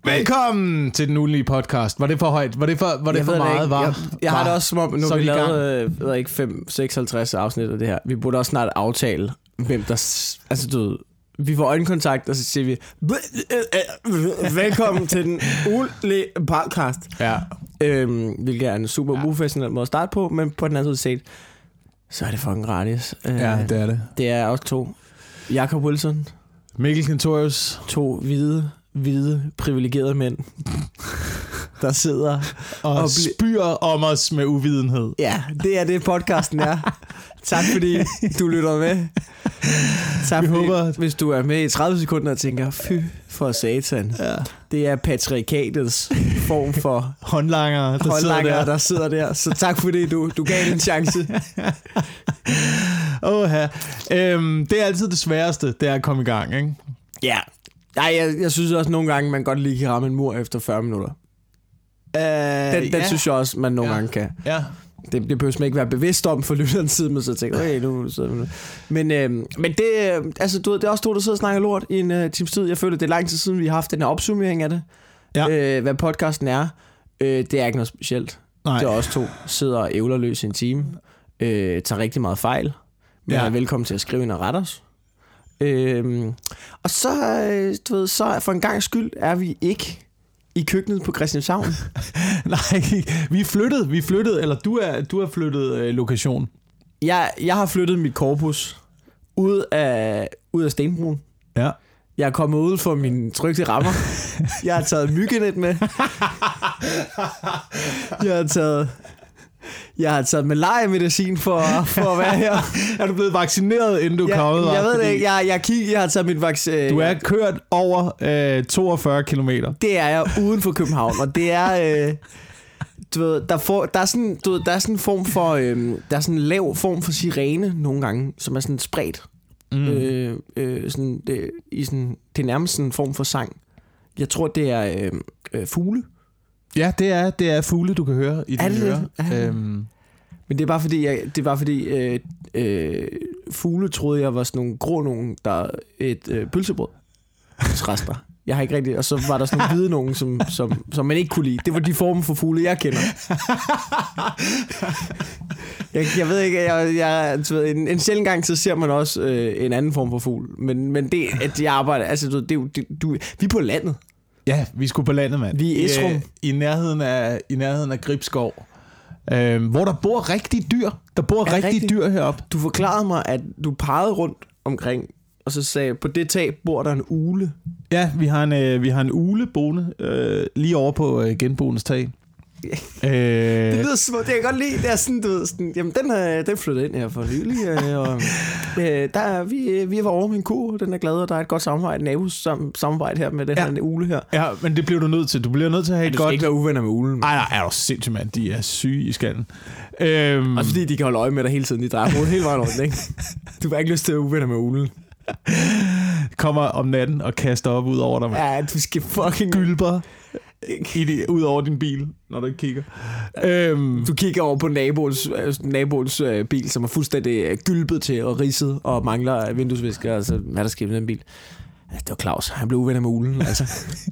Velkommen til den ugenlige podcast. Var det for højt? Var det for meget? Jeg har det også som om, nu har vi lavet 56 afsnit af det her. Vi burde også snart aftale, hvem der... Altså, du ved, vi får øjenkontakt, og så siger vi... Velkommen til den ugenlige podcast. Ja. Hvilket er en super uprofessionel måde at starte på, men på den anden side set, så er det fucking gratis. Ja, det er det. Det er også to. Jakob Wilson. Mikkel Kentorius. To hvide, privilegerede mænd, der sidder og spyr om os med uvidenhed. Ja, det er det, podcasten er. Tak fordi du lytter med. Tak fordi, hvis du er med i 30 sekunder og tænker, fy for satan. Ja. Det er patriarkatets form for håndlanger, der sidder der. Så tak fordi du gav en chance. Det er altid det sværeste, det er at komme i gang, ikke? Ja. Nej, jeg synes også nogle gange, man godt lige kan ramme en mur efter 40 minutter. Den synes jeg også, man nogle gange kan. Ja. Det behøver man ikke være bevidst om for lytterens side, men så tænker jeg, nu sidder vi nu. Men det, altså, du ved, det er også to, der sidder og snakker lort i en times tid. Jeg føler, det er lang tid siden, vi har haft den her opsummering af det. Ja. Hvad podcasten er. Det er ikke noget specielt. Nej. Det er også to, sidder og ævler løs i en time. Tager rigtig meget fejl. Men er velkommen til at skrive ind og rette os. Og så, du ved, så for en gang skyld er vi ikke i køkkenet på Christianshavn. Nej, vi flyttede, eller du har flyttet lokation. Jeg har flyttet mit korpus ud af Stenbroen. Ja. Jeg er kommet ud for mine trygte rammer. Jeg har taget myggenet med. Jeg har taget malaria-medicin for at være her. Er du blevet vaccineret, inden du er kommet? Jeg ved det ikke. Jeg har taget mit vaccin. Du er kørt over 42 kilometer. Det er jeg uden for København, og det er... du ved, der er sådan en form for... der er sådan en lav form for sirene nogle gange, som er sådan spredt. Det er nærmest sådan en form for sang. Jeg tror, det er fugle. Ja, det er fugle, du kan høre i dine ører. Men det er bare fordi, fugle troede jeg var sådan nogle grå nogen, der et pølsebrød. Rester. Jeg har ikke rigtig, og så var der sådan nogle hvide nogen, som man ikke kunne lide. Det var de former for fugle, jeg kender. Jeg ved ikke, en sjældent gang så ser man også en anden form for fugl. Men det, at jeg arbejder, altså vi er på landet. Ja, vi skulle på landet, mand. Vi er Esrum. I nærheden af Gribskov, hvor der bor rigtige dyr. Der bor rigtige dyr heroppe. Du forklarede mig, at du pegede rundt omkring, og så sagde, på det tag bor der en ugle. Ja, vi har en ugle boende lige over på genboens tag. Det lyder smukt, det kan jeg godt lide. Det er sådan, du ved, sådan, jamen den flyttede ind her for nylig, og vi var over med en ku, den er glad, og der er et godt samarbejde her med den her ugle her. Ja, men det bliver du nødt til. Du bliver nødt til at have et godt... Du skal ikke være uvenner med uglen. Nej, er du sindssygt, mand. De er syge i skallen. Også fordi de kan holde øje med dig hele tiden. De drejer hovedet hele vejen rundt, ikke? Du har ikke lyst til at være uvenner med uglen. Kommer om natten og kaster op ud over dig, mand. Ja, du skal fucking... Gylper ud over din bil, når du kigger. Du kigger over på naboens bil, som er fuldstændig gylpet til og ridset og mangler vinduesvisker. Altså, hvad der sker med den bil? Ja, det var Claus. Han blev uvenner med ulen, altså.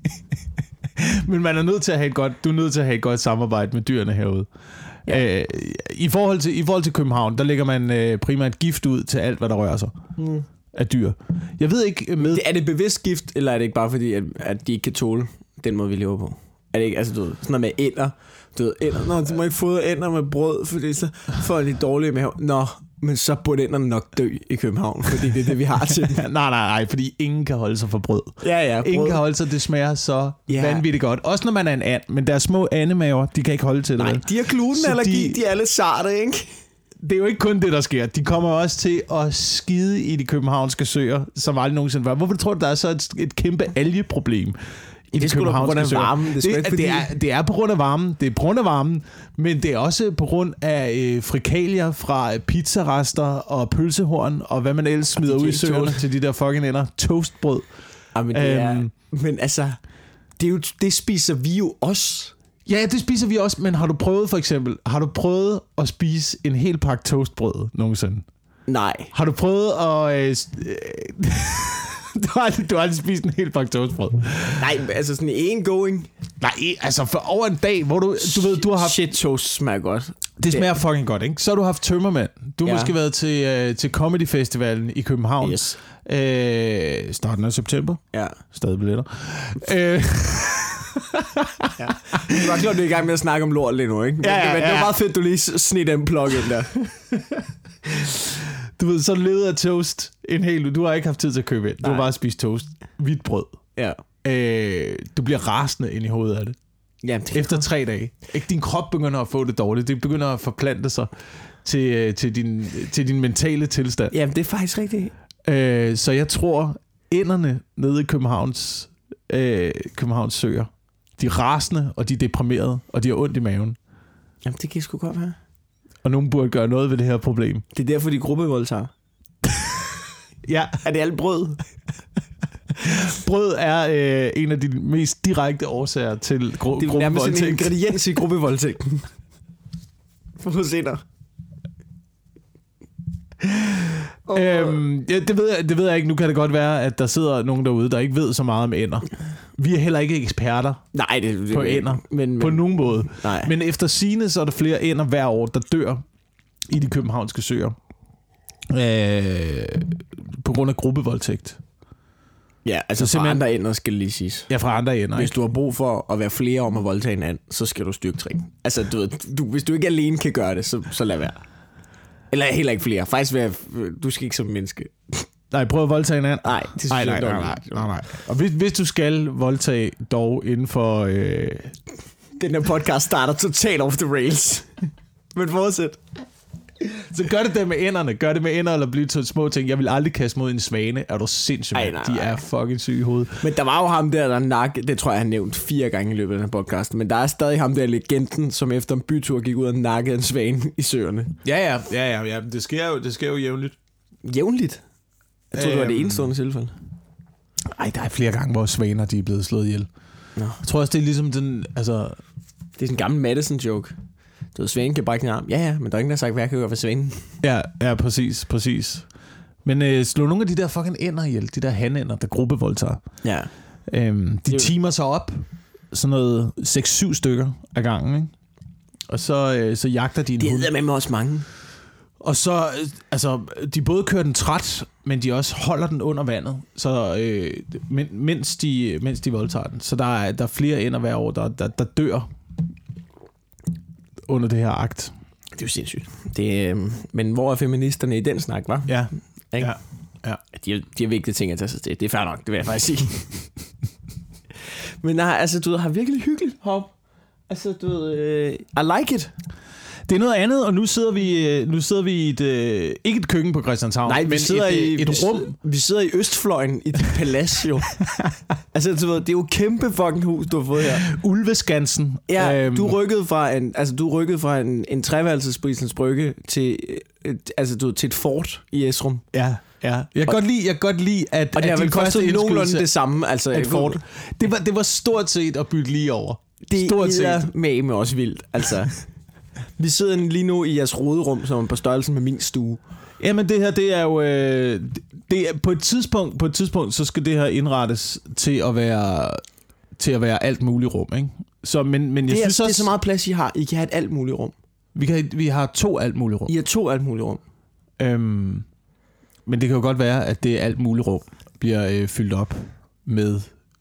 Men man er nødt til at have et godt samarbejde med dyrene herude. Ja. I forhold til København, der lægger man primært gift ud til alt, hvad der rører sig. Af dyr. Jeg ved ikke... Er det bevidst gift, eller er det ikke bare fordi, at de ikke kan tåle den måde, vi lever på? Er det ikke, altså du ved, sådan noget med ænder. Du ved, ænder, du må ikke fodre ænder med brød, fordi så får de dårlige mave. Nå, men så burde ænderne nok dø i København, fordi det er det, vi har til. nej, fordi ingen kan holde sig for brød. Ja, brød. Ingen kan holde sig, det smager så vanvittigt godt. Også når man er en and, men der er små andemaver, de kan ikke holde til det. Nej, de har glutenallergi, de er lidt sarte, ikke? Det er jo ikke kun det, der sker. De kommer også til at skide i de københavnske søer, som aldrig nogensinde var. Hvorfor tror du, der er så et kæmpe algeproblem? Det er sgu da på grund af varmen. Det er på grund af varmen. Det er på grund af varmen, men det er også på grund af frikalier fra pizzarester og pølsehorn, og hvad man ellers smider ud i søerne til de der fucking ender. Toastbrød. Ja, men altså, det spiser vi jo også. Ja, det spiser vi også, men har du prøvet at spise en hel pakke toastbrød nogensinde? Nej. Har du prøvet at... Du har aldrig spist en hel pakke toastbrød. Nej, altså sådan en going. Nej, altså for over en dag, hvor du ved, du har haft... Shit, toast smager godt. Det smager fucking godt, ikke? Så har du haft tømmermænd. Du har måske været til Comedy Festivalen i København. Yes. Starten af september. Ja. Stadig billetter. Ja. Du var klart, du er i gang med at snakke om lort lige nu, ikke? Men det var meget fedt, du lige snit den plug-in der. Du ved, så levede af toast en hel uge. Du har ikke haft tid til at købe ind. Du har bare spist toast. Hvidt brød. Ja. Du bliver rasende ind i hovedet af det. Jamen, det efter 3 dage. Ikke, din krop begynder at få det dårligt. Det begynder at forplante sig til din mentale tilstand. Jamen, det er faktisk rigtigt. Så jeg tror, ænderne nede i Københavns søer, de er rasende, og de er deprimerede, og de har ondt i maven. Jamen, det kan sgu godt være. Og nogen burde gøre noget ved det her problem. Det er derfor, de gruppevoldtager. Ja. Er det alt brød? Brød er en af de mest direkte årsager til gruppevoldtægt. Det er nærmest en ingrediens i gruppevoldtægten. For se dig. Det ved jeg ikke. Nu kan det godt være, at der sidder nogen derude, der ikke ved så meget om ænder. Vi er heller ikke eksperter på ænder men på nogen måde. Nej. Men efter sigende, så er der flere ænder hver år, der dør i de københavnske søer. På grund af gruppevoldtægt. Ja, altså fra andre ænder skal lige siges. Ja, fra andre ænder. Hvis du har brug for at være flere om at voldtage en and, så skal du styrketræne. Altså, hvis du ikke alene kan gøre det, så lad være. Eller heller ikke flere. Faktisk du skal ikke som menneske. Nej, prøv at voldtage en and. Nej, det synes jeg nej. Og hvis du skal voldtage dog inden for... Den her podcast starter totalt off the rails. Men fortsæt. Så gør det der med ænderne. Gør det med ænder eller blive til små ting. Jeg vil aldrig kaste mod en svane. Er du sindssygt? De er fucking syge i hovedet. Men der var jo ham der nakke. Det tror jeg, han nævnt 4 gange i løbet af den her podcast. Men der er stadig ham der legenden, som efter en bytur gik ud og nakkede en svane i søerne. Ja. Det sker jo jævnligt. Jævnligt? Jeg tror, det var det enestående tilfælde. Ej, der er flere gange, hvor svaner de er blevet slået ihjel. Nå. Jeg tror også, det er ligesom den... Altså... Det er sådan en gammel Madison-joke. Du ved, svanen kan brække en arm. Ja, men der er ingen, der har sagt, hvad jeg kan gøre for svanen. Ja, præcis. Men slå nogle af de der fucking ænder ihjel. De der hanænder, der gruppevoldtager. Ja. De timer sig op. Sådan noget 6-7 stykker ad gangen, ikke? Og så jagter de en hund. Det er med også mange. Og så, altså, de både kører den træt, men de også holder den under vandet, så mens de voldtager den. Så der er flere ænder hver år, der dør under det her akt. Det er jo sindssygt. Men hvor er feministerne i den snak, hva'? Ja. Ikke? Ja. De har vigtige ting at tage sig til. Det er fair nok, det vil jeg faktisk sige. Men nej, altså, du har virkelig hyggeligt, Hop. Altså, du ved, I like it. Det er noget andet, og nu sidder vi i ikke et køkken på Christianshavn, nej, men et rum. Vi sidder i Østfløjen i dit palads, jo. Altså, du ved, det er jo kæmpe fucking hus, du har fået her. Ulveskansen. Ja, du rykkede fra en treværelsesprisens brygge til et fort i Esrum. Ja. Jeg kan godt lide, at og det har vel kostet nogenlunde det samme, altså et fort. Det var stort set at bygge lige over. Det er med også vildt, altså. Vi sidder lige nu i jeres roderum, som er på størrelsen med min stue. Jamen det her, det er jo... det er på et tidspunkt, så skal det her indrettes til at være alt muligt rum, ikke? Så, men jeg synes også... Det er så meget plads, I har. I kan have et alt muligt rum. Vi har 2 alt muligt rum. I har 2 alt muligt rum. Men det kan jo godt være, at det alt muligt rum bliver fyldt op med...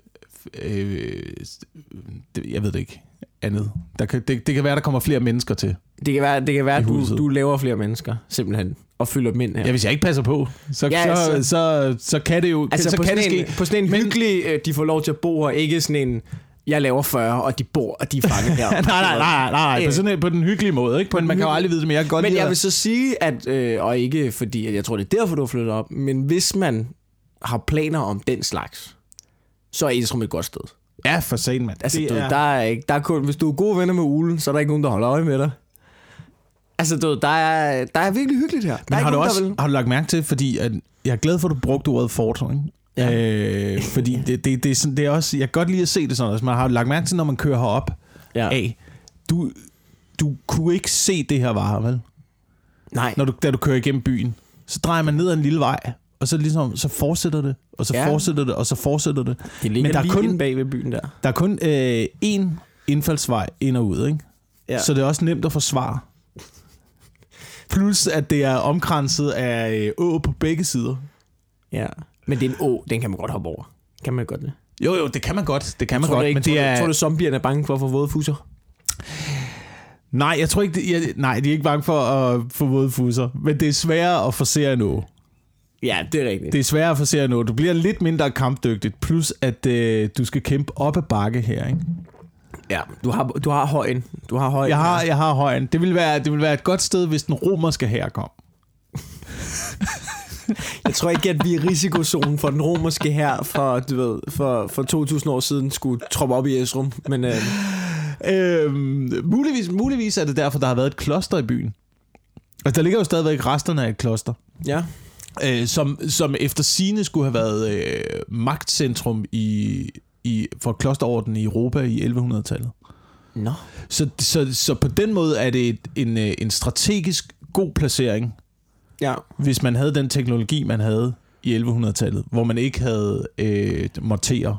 jeg ved det ikke. Andet. Det kan være, der kommer flere mennesker til. Det kan være at du laver flere mennesker, simpelthen, og fylder dem ind her. Ja, hvis jeg ikke passer på, så kan det jo... Altså så på, kan sådan det ske. På sådan en hyggelig, de får lov til at bo her, ikke sådan en, jeg laver 40, og de bor, og de er fanget her. nej. På den hyggelige måde, ikke? Man kan jo aldrig vide det, men jeg kan godt lide. Men jeg vil så sige, at, og ikke fordi, at jeg tror, det er derfor, du har flyttet op, men hvis man har planer om den slags, så er Esrum et godt sted. Ja, for sent, mand. Altså, der er kun, hvis du er gode venner med ulen, så er der ikke nogen, der holder øje med dig. Altså, der er virkelig hyggeligt her. Men har du lagt mærke til, fordi at jeg er glad for, at du brugte ordet fort, ikke? Ja. Fordi det er også, jeg kan godt lide at se det sådan, altså, man har lagt mærke til, når man kører herop af, du kunne ikke se det her vare, vel? Nej. Da du kører igennem byen, så drejer man ned ad en lille vej, og så ligesom, så fortsætter det, og så fortsætter det, og så fortsætter det. Det ligger men der lige bag ved byen der. Der er kun én indfaldsvej ind og ud, ikke? Ja. Så det er også nemt at forsvare. Plus, at det er omkranset af å på begge sider. Ja, men det er en å, den kan man godt hoppe over. Kan man godt det? Jo, det kan man godt. Det kan man godt, men det er... Tror du, zombierne er bange for at få våde fusser? Nej, jeg tror ikke... de er ikke bange for at få våde fusser. Men det er sværere at forsere en å. Ja, det er rigtigt. Det er sværere at forsere en å. Du bliver lidt mindre kampdygtigt. Plus, at du skal kæmpe op ad bakke her, ikke? Ja, du har højen. Jeg har højen. Det vil være et godt sted, hvis den romerske hær kom. Jeg tror ikke, at vi er risikozonen for den romerske hær for 2000 år siden skulle troppe op i Esrum. Men muligvis er det derfor, der har været et kloster i byen. Altså, der ligger jo stadigvæk resterne af et kloster. Ja. Som efter sigende skulle have været magtcentrum for klosterordenen i Europa i 1100-tallet. Nå. Så på den måde er det en strategisk god placering, hvis man havde den teknologi, man havde i 1100-tallet, hvor man ikke havde morterer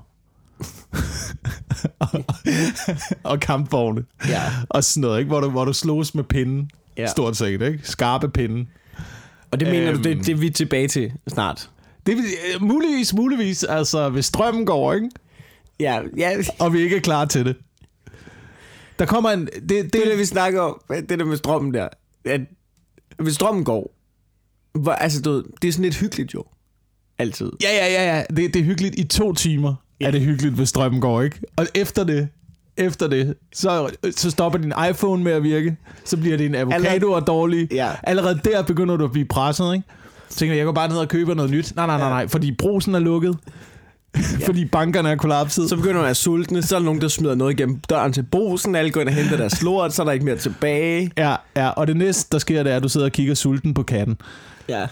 og kampvogne og sådan noget, ikke? Hvor du sloges med pinden, stort set, ikke? Skarpe pinde. Og det mener du, det er vi tilbage til snart? Det muligvis, altså hvis strømmen går, ikke? Ja. Og vi ikke er klar til det. Der kommer en... Det vi snakker om, det der med strømmen der. At hvis strømmen går, det er sådan lidt hyggeligt jo. Altid. Ja. Det er hyggeligt i 2 timer. Ja. Er det hyggeligt, hvis strømmen går, ikke? Og efter det, så stopper din iPhone med at virke. Så bliver din avocado dårlig. Ja. Allerede der begynder du at blive presset, ikke? Så tænker jeg går bare ned og køber noget nyt. Nej, fordi brusen er lukket. Fordi bankerne er kollapset. Så begynder man at sultne. Så er der nogen, der smider noget igennem døren til brusen. Alle går ind og henter deres lort. Så er der ikke mere tilbage. Ja. Og det næste, der sker, det er, at du sidder og kigger sulten på katten. Ja.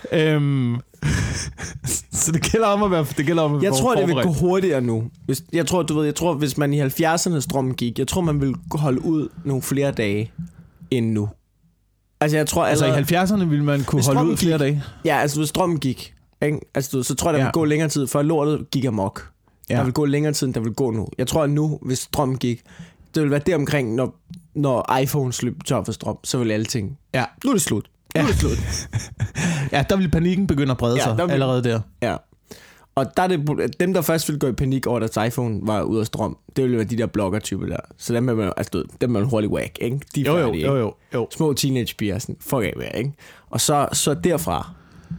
Så det gælder om at være Jeg tror, det vil gå hurtigere nu. Jeg tror, hvis man i 70'erne strømmen gik, jeg tror, man vil holde ud nogle flere dage end nu. Altså, jeg tror i 70'erne ville man kunne holde ud flere dage? Ja, altså hvis strømmen gik, ikke? Altså, så tror jeg, der vil gå længere tid, før lortet gik amok. Ja. Der vil gå længere tid, end der vil gå nu. Jeg tror, at nu, hvis strømmen gik, det vil være deromkring, når iPhone løb tør for strøm, så vil alle ting. Ja. Nu er det slut. Ja, der vil panikken begynde at brede sig allerede der. Ja. Og der er det, dem, der først ville gå i panik over, at deres iPhone var ude af strøm, det ville være de der blogger-typer der. Så dem er man hurtigt whack, ikke? De er færdige, jo. Små teenage-piger, sådan, fuck af med, ikke? Og så derfra,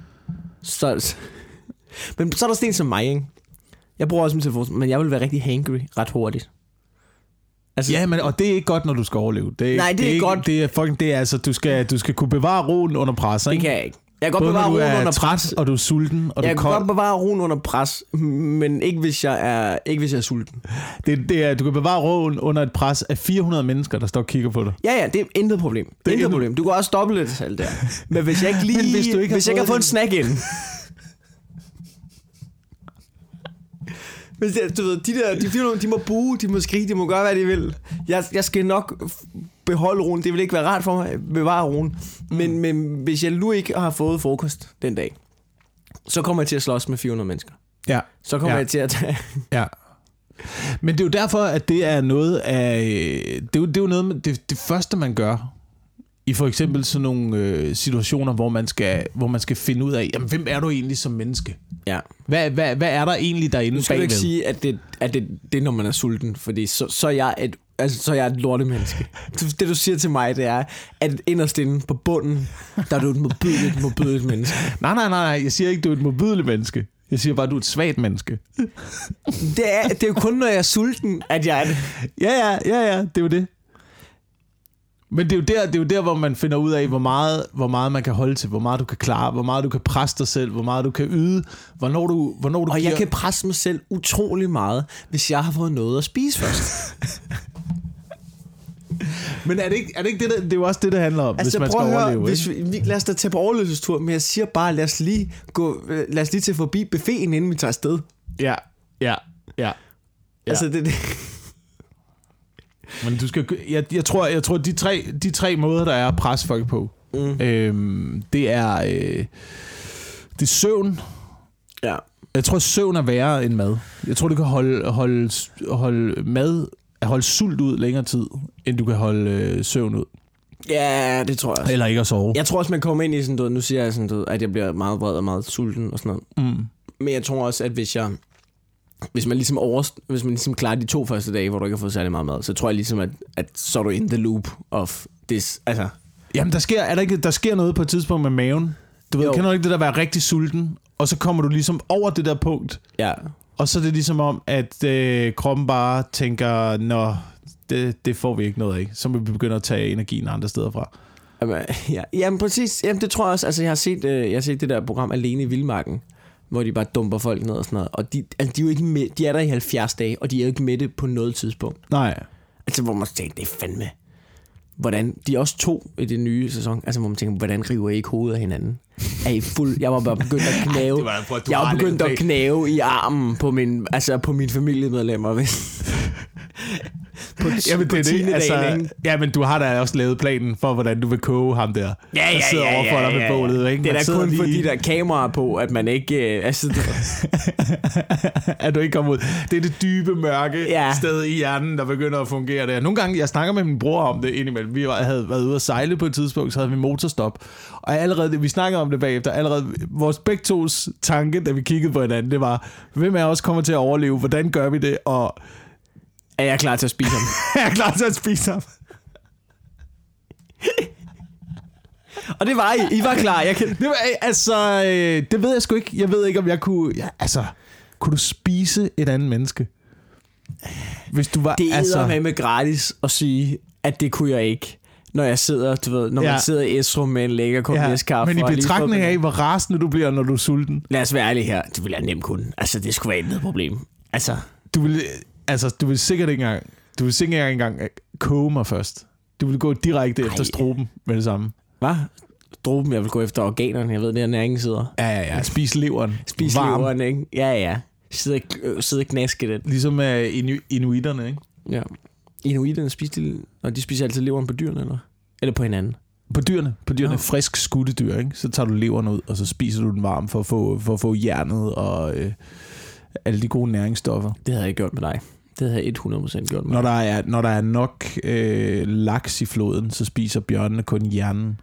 men så er der sådan en som mig, ikke? Jeg bruger også min telefon, men jeg vil være rigtig hangry ret hurtigt. Altså, ja, men og det er ikke godt, når du skal overleve. Det er ikke godt. Det er altså, du skal kunne bevare roen under pres, ikke? Det kan jeg ikke. Jeg kan godt bevare roen under pres, og du er sulten, og jeg kan godt bevare roen under pres, men ikke hvis jeg er sulten. Du kan bevare roen under et pres af 400 mennesker, der står og kigger på dig. Ja, det er intet problem. Du kan også stoppe lidt alt der. Men hvis jeg ikke lige, hvis jeg kan få en snack ind. Men du ved, de 400, de må buge, de må skrige, de må gøre, hvad de vil. Jeg skal nok beholde roen. Det vil ikke være rart for mig at bevare roen. Men hvis jeg nu ikke har fået frokost den dag, så kommer jeg til at slås med 400 mennesker. Ja. Så kommer jeg til at tage... Ja. Men det er jo derfor, at det er noget af... Det er jo noget med det første, man gør i for eksempel sådan nogle situationer, hvor man skal finde ud af, jamen, hvem er du egentlig som menneske? Ja. Hvad er der egentlig derinde bagved? Nu skal du ikke sige, at det er, når man er sulten, fordi så er jeg et lortemenneske. Det du siger til mig, det er, at inderst inde på bunden, der er du et modbydeligt menneske. Nej, jeg siger ikke, du er et modbydeligt menneske. Jeg siger bare, at du er et svagt menneske. Det er jo kun, når jeg er sulten, at jeg er det. Ja, det er jo det. Men det er jo der, hvor man finder ud af, hvor meget man kan holde til, hvor meget du kan klare, hvor meget du kan presse dig selv, hvor meget du kan yde, hvornår du og jeg kan presse mig selv utrolig meget, hvis jeg har fået noget at spise først. Men er det ikke det, det er jo også det handler om, altså, hvis man skal overleve. Lad os da tage på overlevelsestur, men jeg siger bare, lad os lige tage forbi buffeten, inden vi tager afsted. Ja. Altså det. Men du skal, jeg tror de tre måder, der er at presse folk på, det er søvn, Ja. Jeg tror, søvn er værre end mad. Jeg tror, du kan holde sult ud længere tid, end du kan holde søvn ud. Ja, det tror jeg også. Eller ikke at sove. Jeg tror også, man kommer ind i sådan noget, nu siger jeg sådan noget, at jeg bliver meget vred og meget sulten og sådan noget. Men jeg tror også, at hvis man ligesom klarer de 2 første dage, hvor du ikke har fået særlig meget mad, så tror jeg ligesom, at så er du in the loop of this. Altså. Jamen, der sker noget på et tidspunkt med maven. Du ved, kender du ikke det der at være rigtig sulten, og så kommer du ligesom over det der punkt. Ja. Og så er det ligesom om, at kroppen bare tænker, nå, det får vi ikke noget af. Så må vi begynde at tage energien andre steder fra. Jamen præcis. Jamen, det tror jeg også. Altså, jeg har set det der program Alene i Vildmarken, hvor de bare dumper folk ned og sådan noget. Og de er jo ikke med, de er der i 70 dage, og de er jo ikke med det på noget tidspunkt. Nej. Altså, hvor man tænker, det er fandme. Hvordan, de er også 2 i den nye sæson, altså hvor man tænker, hvordan river I ikke hovedet af hinanden? Er I fuld? Jeg var bare begyndt at knæve. Jeg var begyndt at knæve i armen på mine familiemedlemmer. Jamen, det er det. Altså, men du har da også lavet planen for, hvordan du vil koge ham der. Ja. sidder overfor dig med bålet. Ikke? Det er da kun lige for de der kameraer på, at man ikke... at du ikke kommer ud. Det er det dybe, mørke sted i hjernen, der begynder at fungere der. Nogle gange, jeg snakker med min bror om det indimellem. Vi havde været ude at sejle på et tidspunkt, så havde vi motorstop. Og vi snakkede om det bagefter. Allerede vores begge tos tanke, da vi kiggede på hinanden, det var, hvem af os kommer til at overleve? Hvordan gør vi det? Og er jeg klar til at spise ham? Jeg er klar til at spise ham. Og det var I. I var klar. Det ved jeg sgu ikke. Jeg ved ikke, om jeg kunne... kunne du spise et andet menneske? Hvis du var... Det er med gratis at sige, at det kunne jeg ikke. Når jeg sidder, du ved, når man sidder i Esrum med en lækker kop kaffe. Men i betragtning af, hvor rasende du bliver, når du er sulten. Lad os være ærlige her. Det vil jeg nemt kunne. Altså, det skulle være et problem. Altså... Du vil sikkert ikke engang koge mig først. Du vil gå direkte efter stroben med det samme. Hvad? Stroben? Jeg vil gå efter organerne. Jeg ved, det er næringen sidder. Ja. Spis leveren. Spis leveren, ikke? Ja. Sidde og knaske det. Ligesom inuiterne, ikke? Ja. Inuiterne de spiser altid leveren på dyrene, eller? Eller på hinanden? På dyrene. Frisk skudte dyr, ikke? Så tager du leveren ud, og så spiser du den varm for at få hjernet og... alle de gode næringsstoffer. Det havde jeg gjort med dig. Det havde jeg 100% gjort med dig. Når der er nok laks i floden, så spiser bjørnene kun hjernen.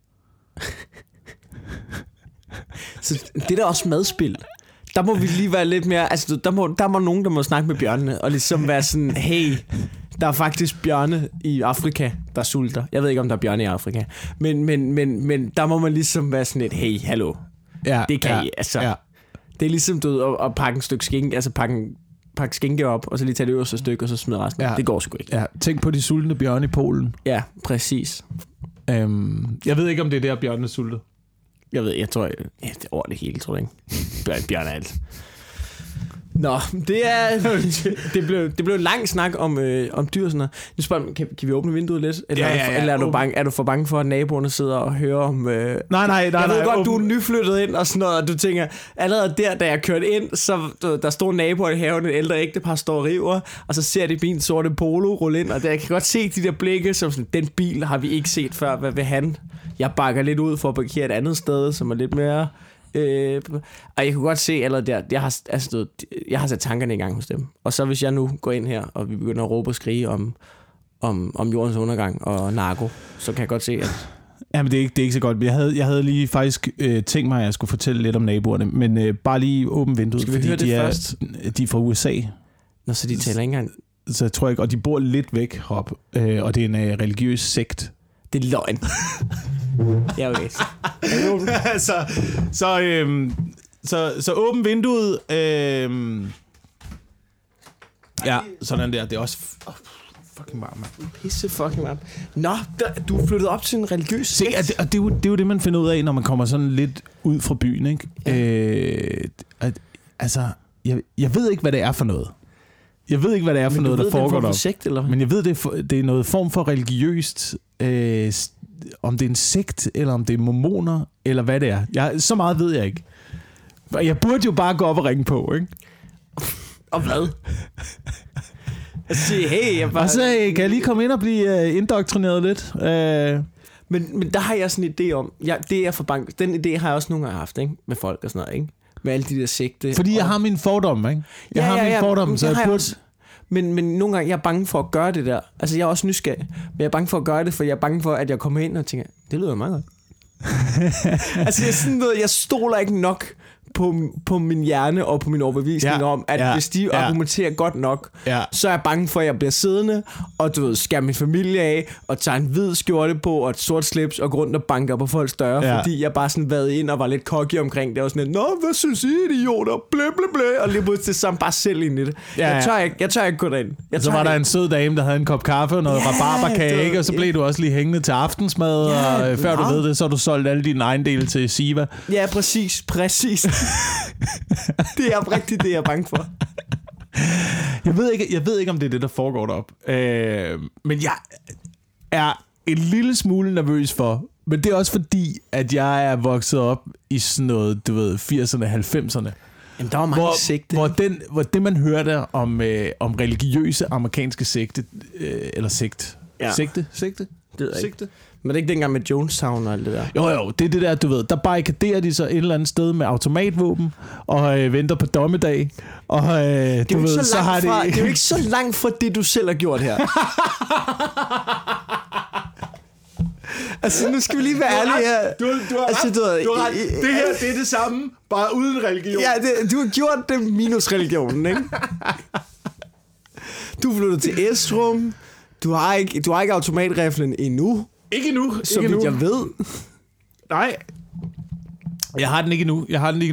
Så det er da også madspil. Der må vi lige være lidt mere... Altså, der må nogen, der må snakke med bjørnene, og ligesom være sådan, hey, der er faktisk bjørne i Afrika, der sulter. Jeg ved ikke, om der er bjørne i Afrika. Men der må man ligesom være sådan lidt, hey, hallo. Ja, det kan I, altså... Ja. Det er ligesom du ved, at pakke en stykke skinke, altså pakke skinke op, og så lige tage det øverste stykke, og så smide resten. Ja. Det går sgu ikke. Ja. Tænk på de sultne bjørne i Polen. Ja, præcis. Jeg ved ikke, om det er der, bjørnene sultede. Jeg tror, det er over det hele, tror jeg ikke. Bjørn er alt. Nå, det blev en lang snak om dyr sådan noget. Nu spørger man, kan vi åbne vinduet lidt? Eller er du for bange for, at naboerne sidder og hører om... Nej. Jeg ved godt, du er nyflyttet ind og sådan noget, og du tænker, allerede der, da jeg kørte ind, så der stod naboer i haven, et ældre ægtepar står og river, og så ser de min sorte polo rulle ind, og der, jeg kan godt se de der blikke, som sådan, den bil har vi ikke set før, hvad vil han? Jeg bakker lidt ud for at parkere et andet sted, som er lidt mere... og jeg kunne godt se allerede der, jeg har sat tankerne i gang hos dem. Og så hvis jeg nu går ind her, og vi begynder at råbe og skrige om jordens undergang og narko, så kan jeg godt se, at... Jamen det er ikke så godt. Jeg havde lige faktisk tænkt mig, at jeg skulle fortælle lidt om naboerne, men bare lige åbne vinduet. Skal vi høre det først? De er fra USA. Nå, så de taler ikke engang... Så jeg tror ikke, og de bor lidt væk heroppe, og det er en religiøs sekt. Det er løgn. Ja, okay. Så åbn vinduet. Ja, sådan der. Det er også fucking varmt, man. Pisse fucking varmt. Nå, du er flyttet op til en religiøs sekt. Og det er jo det, man finder ud af, når man kommer sådan lidt ud fra byen, ikke? Ja. Jeg ved ikke, hvad det er for noget. Jeg ved ikke, hvad det er for noget, der foregår der. Sekt, eller? Men jeg ved, det er noget form for religiøst... om det er en sekt, eller om det er mormoner, eller hvad det er. Så meget ved jeg ikke. Jeg burde jo bare gå op og ringe på, ikke? Og hvad? Jeg siger, hey, og så kan jeg lige komme ind og blive indoktrineret lidt. Men der har jeg sådan en idé om, det er for bank. Den idé har jeg også nogle gange haft, ikke? Med folk og sådan noget, ikke? med alle de der sigte. Fordi jeg har mine fordomme, ikke? Jeg har mine fordomme, så jeg burde... Men nogle gange, jeg er bange for at gøre det der. Altså, jeg er også nysgerrig, men jeg er bange for at gøre det, for jeg er bange for, at jeg kommer ind og tænker, det lyder meget godt. Altså, det er sådan noget, jeg stoler ikke nok på min hjerne og på min overbevisning om, at hvis de argumenterer godt nok, så er jeg bange for, at jeg bliver siddende, og du ved, skærer min familie af, og tager en hvid skjorte på, og et sort slips, og går rundt og banker på folks døre, fordi jeg bare sådan været ind og var lidt cocky omkring det, og sådan lidt, nå, hvad synes I, idioter? Blæ, blæ, blæ, og lige pludselig så bare selv ind i det. Jeg tør ikke gå derind. Så var der en sød dame, der havde en kop kaffe og noget rabarberkage, ikke? Og så blev du også lige hængende til aftensmad, og før du ved det, så har du solgt alle dine ejendele til Siva. Ja, præcis. Det er oprigtigt, det jeg er bange for. Jeg ved ikke, om det er det, der foregår deroppe. Men jeg er en lille smule nervøs for, men det er også fordi, at jeg er vokset op i sådan noget, du ved, 80'erne, 90'erne. Jamen, der var mange sigte. Hvor det, man hørte om religiøse amerikanske sigte, eller sigt. Ja. Sigte? Det er sigte. Men det er ikke dengang med Jonestown og alt det der? Jo, det er det der, du ved. Der barrikaderer de sig et eller andet sted med automatvåben og venter på dommedag. Og du ved, så har de... Det er jo ikke så langt fra det, du selv har gjort her. Altså, nu skal vi lige være ærlige her. Du har ret. Det her, det er det samme, bare uden religion. Ja, du har gjort det minus religionen, ikke? Du er flyttet til Estrum. Du har ikke automatriflen endnu. Ikke endnu. Så vidt jeg ved. Nej. Jeg har den ikke endnu.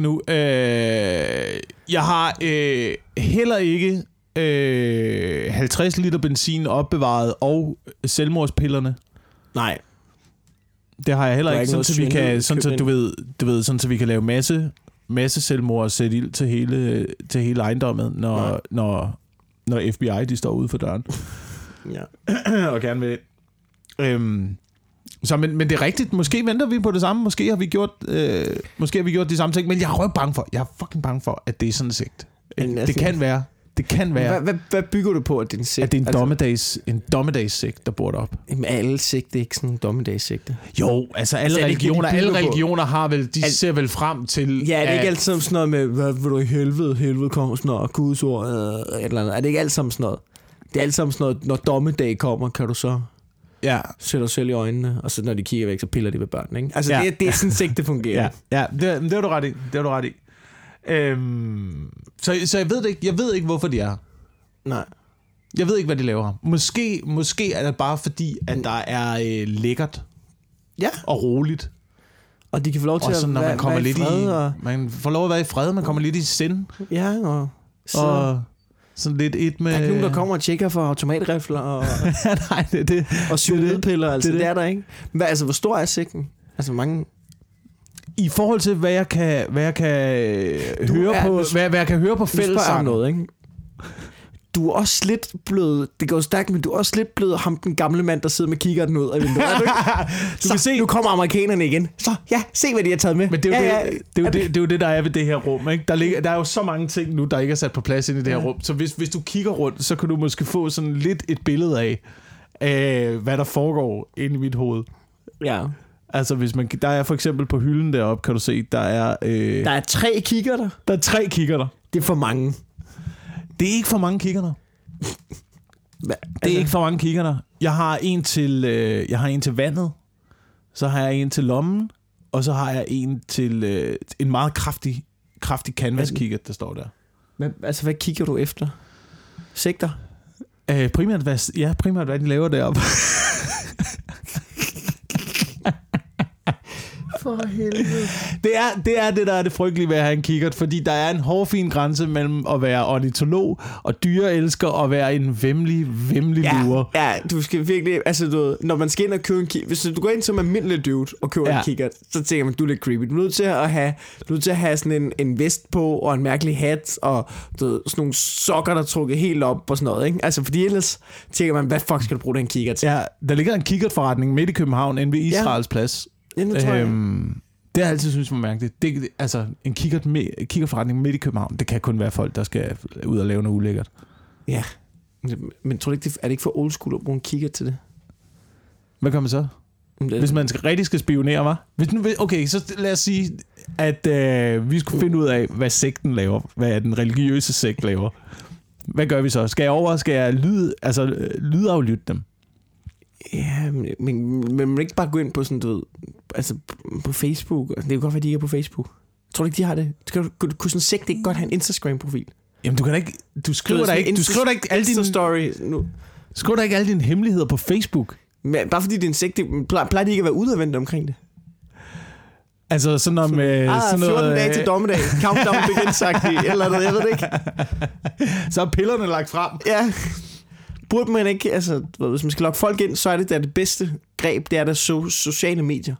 Jeg har heller ikke 50 liter benzin opbevaret og selvmordspillerne. Nej. Det har jeg heller ikke, sådan så vi kan lave masse selvmord og sætte ild til hele ejendommet, når FBI de står ude for døren. Ja. Og gerne vil. Men det er rigtigt. Måske venter vi på det samme. Måske har vi gjort de samme ting. Men jeg er fucking bange for, at det er sådan en sigt. Det kan være. Hvad bygger du på, at det er en sigt? At det er en dommedagssigt, der bor deroppe. Jamen, alle sigte er ikke sådan en dommedagssigt. Jo, altså alle religioner har vel, ser vel frem til... Ja, er det ikke alt sammen sådan noget med, hvad vil du i helvede kommer sådan noget, og Guds ord, et eller andet. Er det ikke alt sammen sådan noget? Det er alt sammen sådan noget, når dommedag kommer, kan du så sætte dig selv i øjnene, og så når de kigger væk, så piller de ved børn, ikke? Altså, det er sådan sigt, det fungerer. Ja, det er du ret i. Så jeg ved det ikke. Jeg ved ikke, hvorfor de er. Nej. Jeg ved ikke, hvad de laver. Måske er det bare fordi, at der er lækkert og roligt. Og de kan få lov til at være i fred. Man får lov at være i fred, man kommer lidt i sind. Ja, og sådan lidt et med... Der er ikke nogen, der kommer og tjekker for automatrifler og... Nej, det er det. Og psykologpiller, altså det er der ikke. Hvor stor er sigten? Altså mange... I forhold til, hvad jeg kan høre på fællessangen. Noget, ikke? Du er også lidt blevet... Det går stærkt, men du er også lidt blevet ham, den gamle mand, der sidder med kikkerten ud af vinduet. Er du ikke? Du kan se, nu kommer amerikanerne igen. Så, se hvad de har taget med. Men det er jo det, der er ved det her rum, ikke? Der er jo så mange ting nu, der ikke er sat på plads inde i det her rum. Så hvis du kigger rundt, så kan du måske få sådan lidt et billede af, hvad der foregår inde i mit hoved. Ja. Altså, der er for eksempel på hylden deroppe, kan du se, der er... der er 3 kikkerter. Der er 3 kikkerter. Det er for mange. Det er ikke for mange kikkerter. Det er ikke for mange kikkerter. Jeg har en til vandet, så har jeg en til lommen, og så har jeg en til en meget kraftig canvas-kikkert, der står der. Hvad kigger du efter? Sigter? Primært hvad de laver deroppe. For helvede. Det er det, der er det frygtelige ved at have en kikkert, fordi der er en hårfin grænse mellem at være ornitolog og dyreelsker og være en væmmelig lurer. Ja, du skal virkelig, altså når man skal ind og købe en kikkert, hvis du går ind som almindelig dude og køber en kikkert, så tænker man, du er lidt creepy. Du er nødt til at have sådan en vest på og en mærkelig hat og sådan nogle sokker, der er trukket helt op og sådan noget, ikke? Altså, fordi ellers tænker man, hvad fuck skal du bruge den kikkert til? Ja, der ligger en kikkertforretning midt i København inde ved Israels Plads. Det har jeg altid synes var mærkeligt. Altså en kikkerforretning midt i København, det kan kun være folk, der skal ud og lave noget ulækkert. Ja, men tror du ikke, er det ikke for old school at bruge en kikkert til det? Hvad gør man så? Hvis man rigtig skal spionere, hva'? Okay, så lad os sige, at vi skulle finde ud af, hvad sekten laver. Hvad den religiøse sekt laver. Hvad gør vi så? Skal jeg lydaflytte dem? Ja, men ikke bare gå ind på sådan, du ved, altså på Facebook. Det kan godt være, de ikke er på Facebook. Tror du ikke, de har det? Kunne sådan en sekt ikke godt have en Instagram-profil? Jamen, du kan da ikke... Du skriver da ikke alle dine... Story nu. Skriver da ikke alle dine hemmeligheder på Facebook? Men bare fordi det er en sekt, plejer de ikke at være udadvendte omkring det? Altså sådan om... 14 dage til dommedag. Countdown begins, sagt eller noget, jeg ved det ikke. Så er pillerne lagt frem. Ja. Burde man ikke... Altså, hvis man skal lokke folk ind, så er det bedste greb, det er der sociale medier.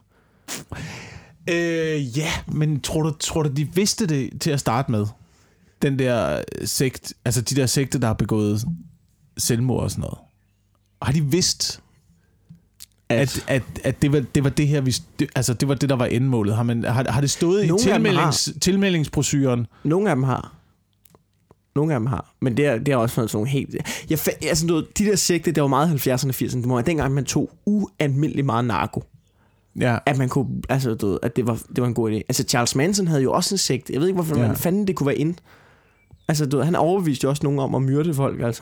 Ja, men tror du, de vidste det til at starte med? Den der sekt... Altså de der sekter, der har begået selvmord og sådan noget. Har de vidst... At det var det her, det var det, der var endemålet. Har det stået i tilmeldingsbrochuren? Nogle af dem har. Men det er også sådan nogle helt... de der sekte, det var meget 70'erne og 80'erne. Det var dengang, man tog ualmindeligt meget narko. Ja. At man kunne... Altså, at det var en god idé. Altså, Charles Manson havde jo også en sekt. Jeg ved ikke, hvorfor man fanden det kunne være ind. Altså, han overbeviste jo også nogen om at myrde folk, altså.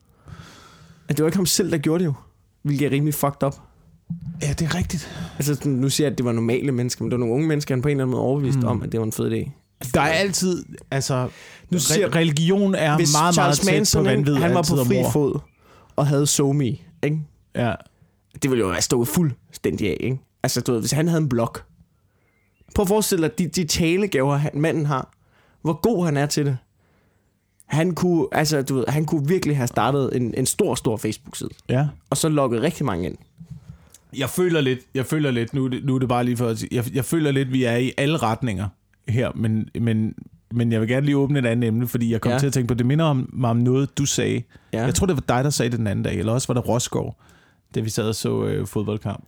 At det var ikke ham selv, der gjorde det jo. Hvilket er rimelig fucked up. Ja, det er rigtigt. Altså, nu siger jeg, at det var normale mennesker, men det var nogle unge mennesker, han på en eller anden måde overbevist om, at det var en fed idé. Der er altid, altså, nu siger, religion er meget, Charles meget Manson, tæt på vanvid. Han var på fri fod og havde SoMe, ikke? Ja. Det ville jo være stået fuldstændig af, ikke? Altså, du ved, hvis han havde en blog. Prøv at forestille dig, de talegaver, manden har. Hvor god han er til det. Han kunne, altså, du ved, han kunne virkelig have startet en stor Facebook-side. Ja. Og så lukket rigtig mange ind. Jeg føler lidt, nu er det bare lige for at sige, jeg føler lidt, vi er i alle retninger her, men jeg vil gerne lige åbne et andet emne, fordi jeg kom til at tænke på, det minder mig om noget, du sagde. Ja. Jeg tror, det var dig, der sagde det den anden dag, eller også var det Rosgaard, da vi sad og så fodboldkamp.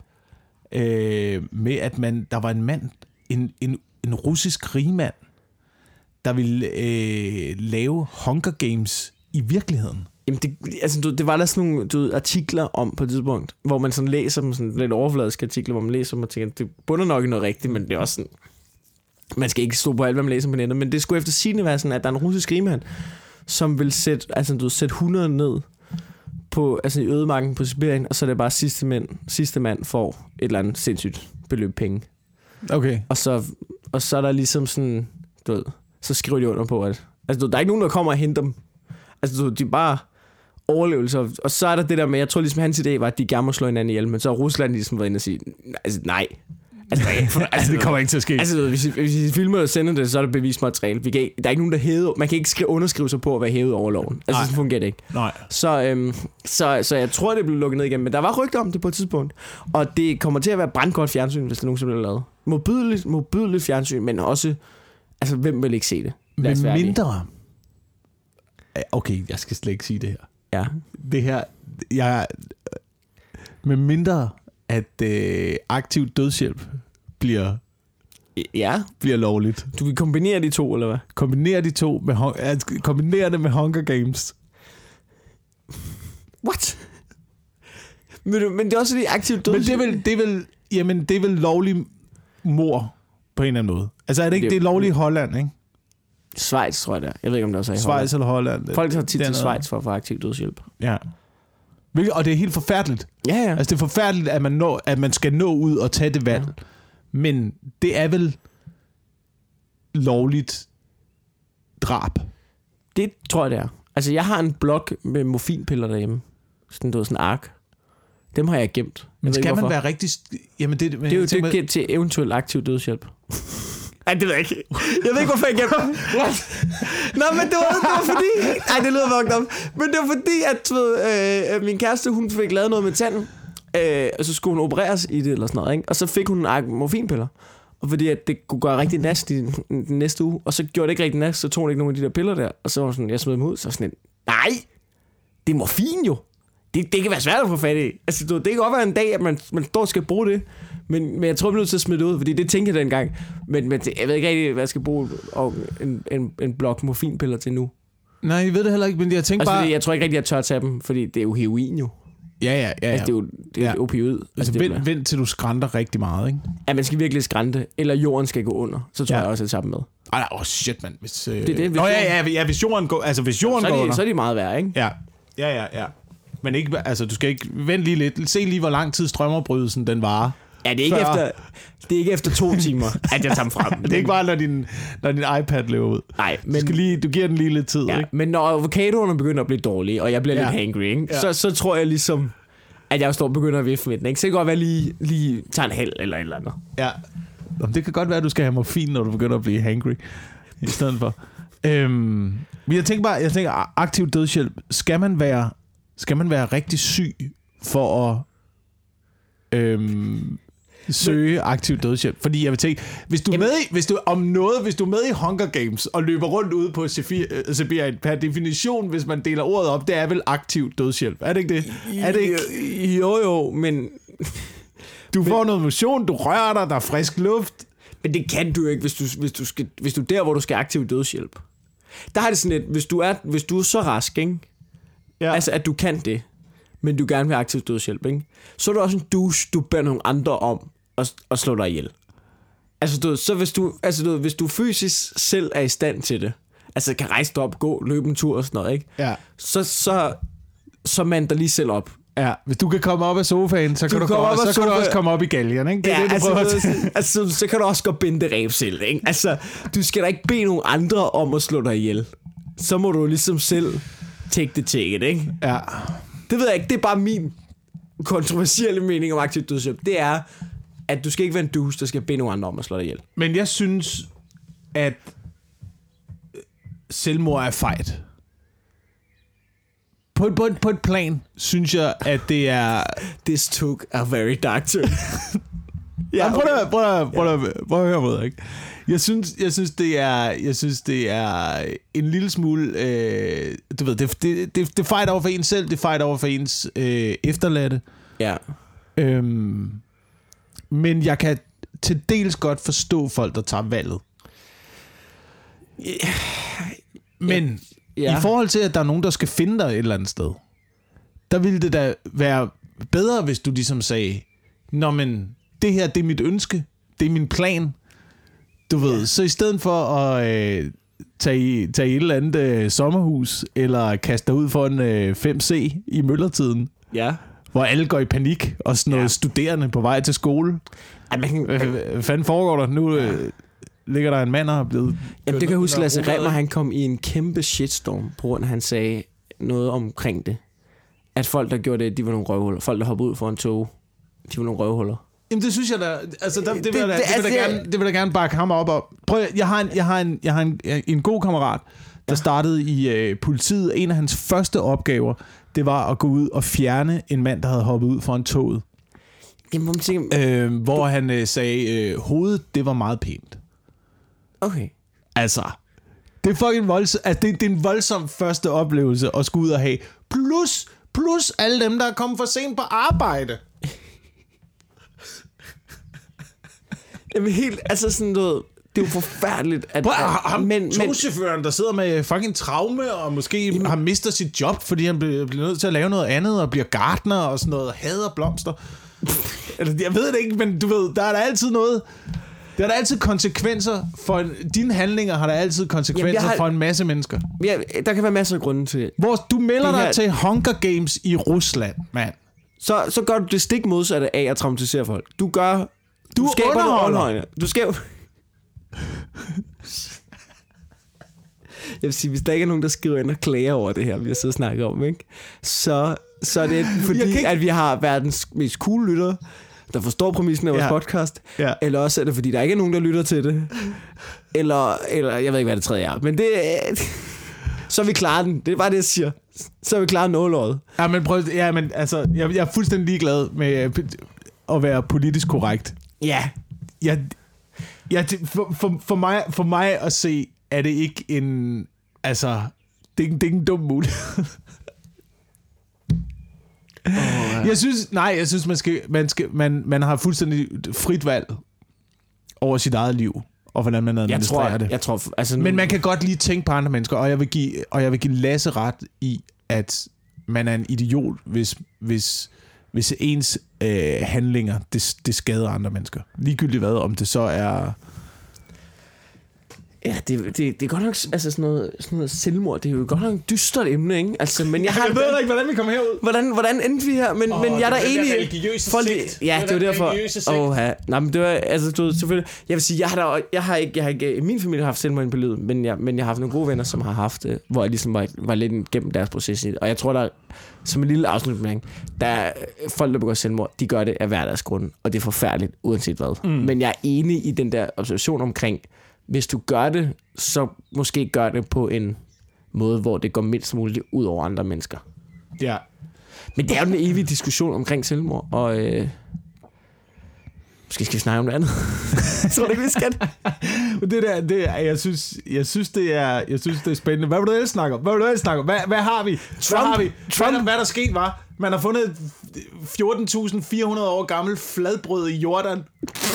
Med at der var en mand, en russisk rigmand, der ville lave Hunger Games i virkeligheden. Jamen det var der sådan nogle artikler om på et tidspunkt, hvor man sådan læser dem, sådan lidt overfladiske artikler, hvor man læser dem og tænker, det bunder nok i noget rigtigt, men det er også sådan, man skal ikke stå på alt, hvad man læser på nettet, men det skulle efter sigende være sådan, at der er en russisk rigmand, som vil sætte 100 ned på, altså i ødemarken på Sibirien, og så er det bare sidste mand får et eller andet sindssygt beløb penge. Okay. Og så er der ligesom sådan, du ved, så skriver de under på, at altså, der er ikke nogen, der kommer og henter dem. Altså, de er bare overlevelser. Og så er der det der med, jeg tror ligesom, hans idé var, at de gerne må slå hinanden ihjel, men så har Rusland ligesom været inde og sige, altså nej. Altså, det kommer ikke til at ske. Altså, hvis I filmer og sender det, så er det bevismateriale. Der er ikke nogen, der hæver. Man kan ikke underskrive sig på at være hævet over loven. Altså, sådan fungerer det ikke. Nej. Så jeg tror, det blev lukket ned igen. Men der var rygter om det på et tidspunkt. Og det kommer til at være brandgodt fjernsyn, hvis det nogensinde bliver lavet. Modbydeligt fjernsyn, men også, altså, hvem vil ikke se det? Med mindre... Okay, jeg skal slet ikke sige det her. Ja. Det her... Med mindre... at aktiv dødshjælp bliver lovligt. Du vil kombinere de to, eller hvad? Kombinere det med Hunger Games. What? Men det er også det aktiv dødshjælp. Men det er vel lovlig mord på en eller anden måde. Altså er det ikke det er lovligt i Holland, ikke? Schweiz, tror jeg det er. Jeg ved ikke, om det også er i Holland. Schweiz eller Holland. Folk tager tit til Schweiz for at få aktiv dødshjælp. Ja. Og det er helt forfærdeligt. Ja. Altså det er forfærdeligt, at man skal nå ud og tage det valg. Ja. Men det er vel lovligt drab. Det tror jeg, det er. Altså jeg har en blok med morfinpiller derhjemme. Sådan en ark. Dem har jeg gemt. Men skal man være rigtig... Jamen det er jo gemt til eventuel aktiv dødshjælp. Nej, det ved jeg ikke. Jeg ved ikke, hvorfor jeg gemte dem. Nå, men det var fordi... Nej, det lyder fucked up. Men det var fordi, at min kæreste, hun fik lavet noget med tanden. Og så skulle hun opereres i det, eller sådan noget, ikke? Og så fik hun en morfinpiller. Og fordi at det kunne gøre rigtig næst i den næste uge. Og så gjorde det ikke rigtig næst, så tog hun ikke nogen af de der piller der. Og så var sådan, jeg smed dem ud. Så sådan, nej, det er morfin jo. Det kan være svært at få fat i. Altså, det kan godt være en dag, at man står og skal bruge det. Men jeg tror, jeg bliver nødt til at smide det ud, fordi det tænker jeg dengang. Men jeg ved ikke rigtig, hvad jeg skal bruge en blok morfinpiller til nu. Nej, jeg ved det heller ikke, men jeg tænker bare... Jeg tror ikke rigtig, jeg tør at tage dem, fordi det er jo heroin jo. Ja. Altså, det er jo et opioid. Altså, vent til du skrænter rigtig meget, ikke? Ja, man skal virkelig skrænte, eller jorden skal gå under. Så tror jeg også, at jeg tager dem med. Ej, shit, mand. Hvis, hvis jorden går, altså hvis jorden går under. Så er de meget værd, ikke? Ja. Men ikke, altså, du skal ikke vente lige lidt. Se lige, hvor lang tid strømafbrydelsen den varer. Ja, det er ikke efter 2 timer, at jeg tager dem frem. Det er ikke bare, når din iPad løber ud. Nej, men... Du giver den lige lidt tid, ikke? Men når avocadoerne begynder at blive dårlige, og jeg bliver lidt hangry, ikke? Ja. Så tror jeg ligesom, at jeg begynder at vifte med den, ikke? Så det kan godt være lige tager en halv eller et eller andet. Ja. Det kan godt være, at du skal have morfin, når du begynder at blive hangry. I stedet for. Men jeg tænker aktiv dødshjælp. Skal man være rigtig syg for at søge aktiv dødshjælp? Fordi jeg vil tænke, hvis du er med i Hunger Games og løber rundt ude på Sibirien, per definition, hvis man deler ordet op, det er vel aktiv dødshjælp. Er det ikke det? Er det ikke? Jo, men... Du får noget motion, du rører dig, der er frisk luft. Men det kan du ikke, hvis du er der, hvor du skal aktiv dødshjælp. Der har det sådan lidt, hvis du er så rask, ikke? Ja. Altså, at du kan det, men du gerne vil have aktiv dødshjælp, ikke? Så er du også en douche, du beder nogle andre om at slå dig ihjel. Altså, hvis du fysisk selv er i stand til det, altså kan rejse dig op, gå, løbe en tur og sådan noget, ikke? Ja. Så mand dig lige selv op. Ja, hvis du kan komme op af sofaen, så kan du også komme op i galgen, ikke? Det er det, så kan du også gå binde ræb selv, ikke? Altså, du skal da ikke bede nogen andre om at slå dig ihjel. Så må du ligesom selv take it, ikke? Ja. Det ved jeg ikke, det er bare min kontroversielle mening om aktiv dødshjælp. Det er, at du skal ikke være en douche, der skal bede nogen andre om at slå dig ihjel. Men jeg synes, at selvmord er fejt. På et plan, synes jeg, at det er... This took a very dark turn. Prøv at høre mod, ikke? Jeg synes det er en lille smule... du ved, det fight over for ens selv, det fight over for ens efterladte. Ja. Men jeg kan til dels godt forstå folk, der tager valget. Men... Ja. I forhold til, at der er nogen, der skal finde dig et eller andet sted, der ville det da være bedre, hvis du ligesom sagde, nå, men det her, det er mit ønske, det er min plan, du ved. Så i stedet for at tage i et eller andet sommerhus, eller kaste dig ud for en 5C i myldretiden, hvor alle går i panik, og sådan noget studerende på vej til skole. Hvad fanden foregår der nu? Ligger der en mand, der er blevet... Jamen, det kan jeg huske, Lasse Remmer, han kom i en kæmpe shitstorm, på grund af, han sagde noget omkring det. At folk, der gjorde det, de var nogle røvhuller. Folk, der hoppede ud for en tog, de var nogle røvhuller. Jamen, det synes jeg da... Altså, det vil jeg gerne bakke ham op og... Prøv, jeg har en god kammerat, der startede i politiet. En af hans første opgaver, det var at gå ud og fjerne en mand, der havde hoppet ud for en tog. Hvor han sagde, hovedet, det var meget pænt. Okay. Altså, det er fucking voldsomt. Altså, det er en voldsom første oplevelse at skulle ud og have. Plus alle dem, der er kommet for sent på arbejde. Jamen helt, altså sådan noget... Det er jo forfærdeligt, at... Togchaufføren, der sidder med fucking traume, og måske har mistet sit job, fordi han bliver nødt til at lave noget andet, og bliver gartner og sådan noget, hader blomster. Jeg ved det ikke, men du ved, der er der altid noget... Der er der altid konsekvenser for... Dine handlinger har der altid konsekvenser for en masse mennesker. Ja, der kan være masser af grunde til... Hvor du melder dig til Hunger Games i Rusland, mand. Så gør du det stik modsatte af at traumatisere folk. Du skaber noget underholdende. Du skaber... Jeg vil sige, hvis der ikke er nogen, der skriver ind og klager over det her, vi har siddet og snakket om, ikke? Så er det fordi, at vi har verdens mest cool lyttere, der forstår præmissen af vores podcast, eller også er det fordi, der ikke er nogen, der lytter til det, eller jeg ved ikke, hvad det tredje er, men det så er vi klaret den. Det er bare det, jeg siger. Så er vi klaret nålåret. Men altså, jeg er fuldstændig ligeglad med at være politisk korrekt. Ja. For mig at se, er det ikke en... Altså, det er ikke en dum mulighed. Jeg synes man har fuldstændig frit valg over sit eget liv, og hvordan man administrerer det. Men man kan godt lige tænke på andre mennesker, og jeg vil give Lasse ret i, at man er en idiot, hvis ens handlinger, det skader andre mennesker. Ligegyldigt hvad, om det så er... Ja, det er godt nok, altså sådan noget selvmord, det er jo godt nok et dystert emne, ikke? Altså, men jeg ved ikke, hvordan vi kommer herud. Hvordan endte vi her? Men jeg er der enig. Ja, det var derfor. Nej, men det var, altså, du ved, selvfølgelig. Jeg vil sige, jeg har ikke min familie har haft selvmord på livet, men jeg har haft nogle gode venner, som har haft det, hvor jeg ligesom var lidt gennem deres proces i det. Og jeg tror, der som en lille afslutning, der er folk, der begår selvmord, de gør det af hverdagsgrund, og det er forfærdeligt, uanset hvad. Men jeg er enig i den der observation omkring, hvis du gør det, så måske gør det på en måde, hvor det går mindst muligt ud over andre mennesker. Ja. Men det er jo en evig diskussion omkring selvmord, og måske skal vi snakke om det andet. Jeg tror ikke, vi skal. Jeg synes, det er spændende. Hvad vil du ellers snakke om? Hvad har vi? Trump. Hvad der sket var? Man har fundet 14.400 år gammel fladbrød i Jordan.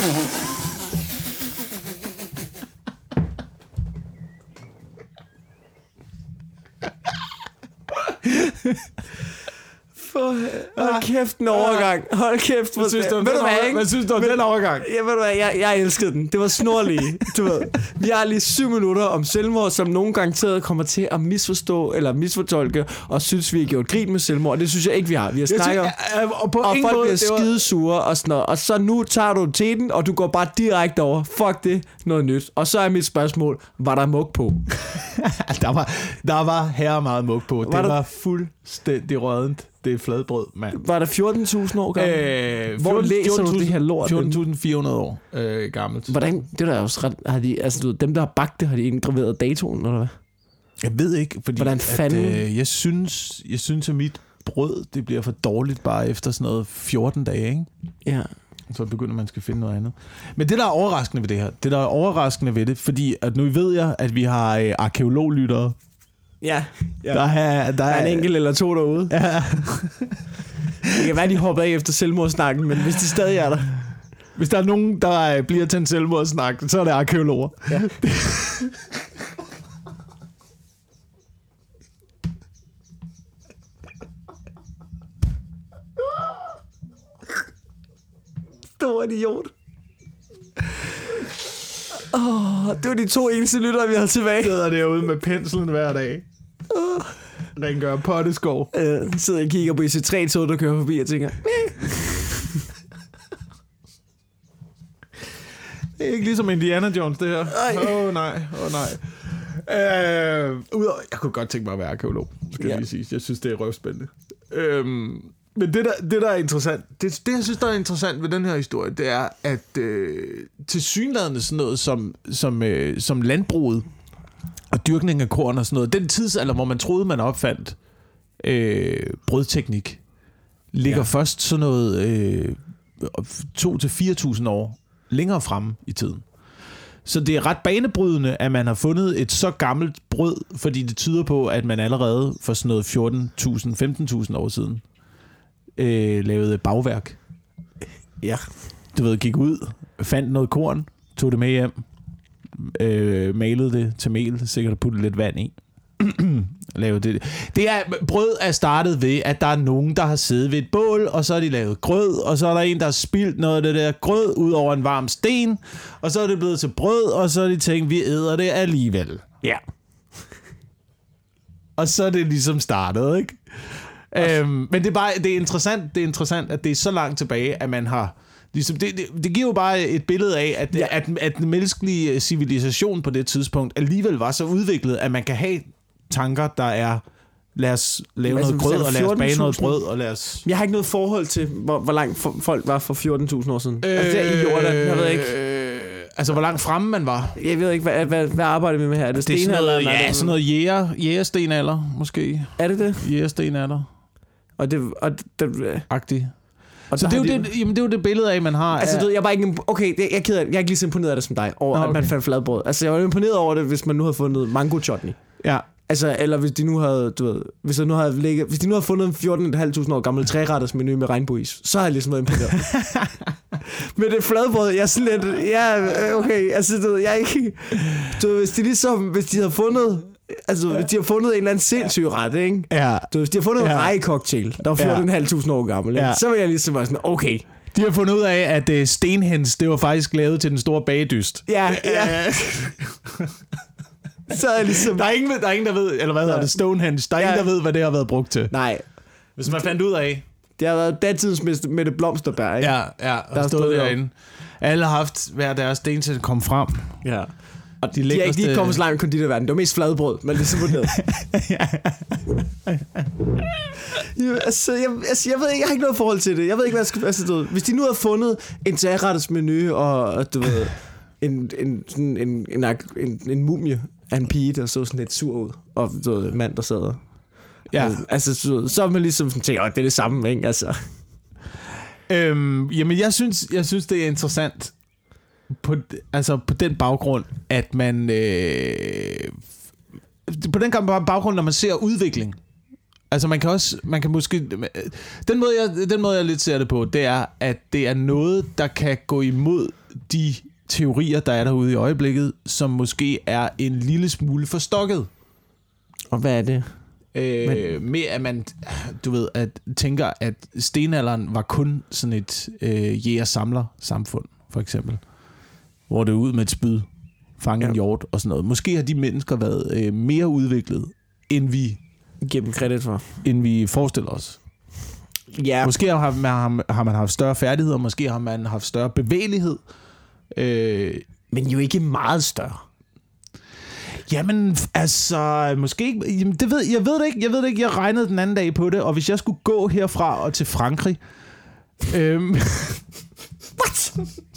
Hold kæft en overgang. Hold kæft. Hvad synes du om den overgang? Ja, ved du hvad, jeg elskede den. Det var snorlige. Du ved. Vi har lige 7 minutter om selvmord, som nogle garanteret kommer til at misforstå eller misfortolke, og synes, vi har gjort grin med selvmord. Det synes jeg ikke, vi har. Vi har snakket og folk bliver skidesure og sådan noget. Og så nu tager du teten, og du går bare direkte over. Fuck det, noget nyt. Og så er mit spørgsmål, var der mug på? der var her meget mug på. Det var fuldstændig rådent. Det er fladbrød, mand. Var der 14.000 år gammel? Hvor læser du det her lort? 14.400 år gammelt. Hvordan? Det er da også ret... Har de, altså, dem, der har bagt det, har de indgraveret datoen, eller hvad? Jeg ved ikke, fordi hvordan fanden? Jeg synes, at mit brød, det bliver for dårligt bare efter sådan noget 14 dage, ikke? Ja. Så begynder man skal finde noget andet. Men det, der er overraskende ved det her, fordi at nu ved jeg, at vi har arkæologlyttere. Ja. Der er en enkelt eller to derude. Ja. Det kan være, de hopper af efter selvmordssnakken, men hvis de stadig er der. Hvis der er nogen, der bliver til en selvmordssnak, så er det arkæologer. Ja. Stor idiot. Det var de 2 eneste lyttere, vi havde tilbage. Sidder derude med penslen hver dag. Rengør potteskov. Sidder og kigger på IC3-tog, der kører forbi og tænker... Det er ikke ligesom Indiana Jones, det her. Nej. Jeg kunne godt tænke mig at være arkeolog, skal jeg lige sige. Jeg synes, det er røvspændende. Men det der er interessant, det jeg synes, der er interessant ved den her historie, det er, at tilsyneladende sådan noget som landbruget og dyrkning af korn og sådan noget, den tidsalder, hvor man troede, man opfandt brødteknik, ligger først sådan noget 2 til 4.000 år længere fremme i tiden. Så det er ret banebrydende, at man har fundet et så gammelt brød, fordi det tyder på, at man allerede for sådan noget 14.000, 15.000 år siden lavede bagværk. Ja. Du ved, gik ud, fandt noget korn, tog det med hjem, malede det til mel, sikkert puttede lidt vand i. Lavede det. Brød er startet ved, at der er nogen, der har siddet ved et bål, og så har de lavet grød, og så er der en, der har spildt noget af det der grød ud over en varm sten, og så er det blevet til brød, og så har de tænkt, vi æder det alligevel. Ja. Og så er det ligesom startet, ikke? Men det er interessant, at det er så langt tilbage, at man har... Ligesom, det giver jo bare et billede af, at den menneskelige civilisation på det tidspunkt alligevel var så udviklet, at man kan have tanker, der er, lad os lave noget grød, og lad os bage noget brød, og lad os... Jeg har ikke noget forhold til, hvor langt folk var for 14.000 år siden. Altså der i Jordan, jeg ved ikke... Altså, hvor langt fremme man var. Jeg ved ikke, hvad arbejder vi med her? Er det stenalder? Ja, sådan noget jægerstenalder, måske. Er det det? Jægerstenalder. Og det agtigt. Og så det er jo det billede af, man har. Altså, jeg var ikke... Okay, jeg er ked af det. Jeg er ikke lige så imponeret af det som dig, over at man fandt fladbrød. Altså, jeg var imponeret over det, hvis man nu havde fundet mango chutney. Ja. Altså, eller hvis de nu havde, hvis de nu havde fundet en 14.500 år gammel træretters menu med regnbueis, så havde jeg ligesom været imponeret. Men det fladbrød, jeg er sådan lidt... Ja, okay, altså, jeg er ikke... hvis de havde fundet Altså, hvis de har fundet en eller anden sindssyg ret, ikke? Ja. Hvis de har fundet en rejecocktail, der var 14.500 år gammel, ikke? Så vil jeg ligesom være sådan, okay. De har fundet ud af, at Stenhens, det var faktisk lavet til den store bagedyst. Ja. Så er ligesom... Der er ingen, der ved, eller hvad hedder det, Stonehenge. Der er ingen, der ved, hvad det har været brugt til. Nej. Hvis man fandt ud af... Det har været datidens med det blomsterbær, ikke? Ja, der stod derinde. Alle har haft hver deres sten til at komme frem. Ja. Og de er ikke kommet så langt i konditorverdenen. Det var mest fladbrød, men det er så vurderet. Jeg ved ikke, jeg har ikke noget forhold til det. Jeg ved ikke, hvad jeg skal... Altså, hvis de nu havde fundet en tagretters menu, og du ved, en mumie af en pige, der så sådan lidt sur ud, og du ved, en mand, der sad. Ja. Altså, så er man ligesom sådan, tænker, det er det samme, ikke? Altså. Jamen, jeg synes, det er interessant på den baggrund, at man på den baggrund, når man ser udvikling. Altså man kan måske den måde jeg lidt ser det på, det er, at det er noget, der kan gå imod de teorier, der er derude i øjeblikket, som måske er en lille smule forstokket. Og hvad er det? Med at man, du ved, at tænker, at stenalderen var kun sådan et jæger-samler-samfund, for eksempel. Hvor det er ud med et spyd, fange en hjort og sådan noget. Måske har de mennesker været mere udviklet, end vi giver dem kredit for. End vi forestiller os. Ja. Måske har man haft større færdigheder, måske har man haft større bevægelighed. Men jo ikke meget større. Jamen, altså, måske ikke. Jamen, jeg ved det ikke. Jeg regnede den anden dag på det, og hvis jeg skulle gå herfra og til Frankrig... What?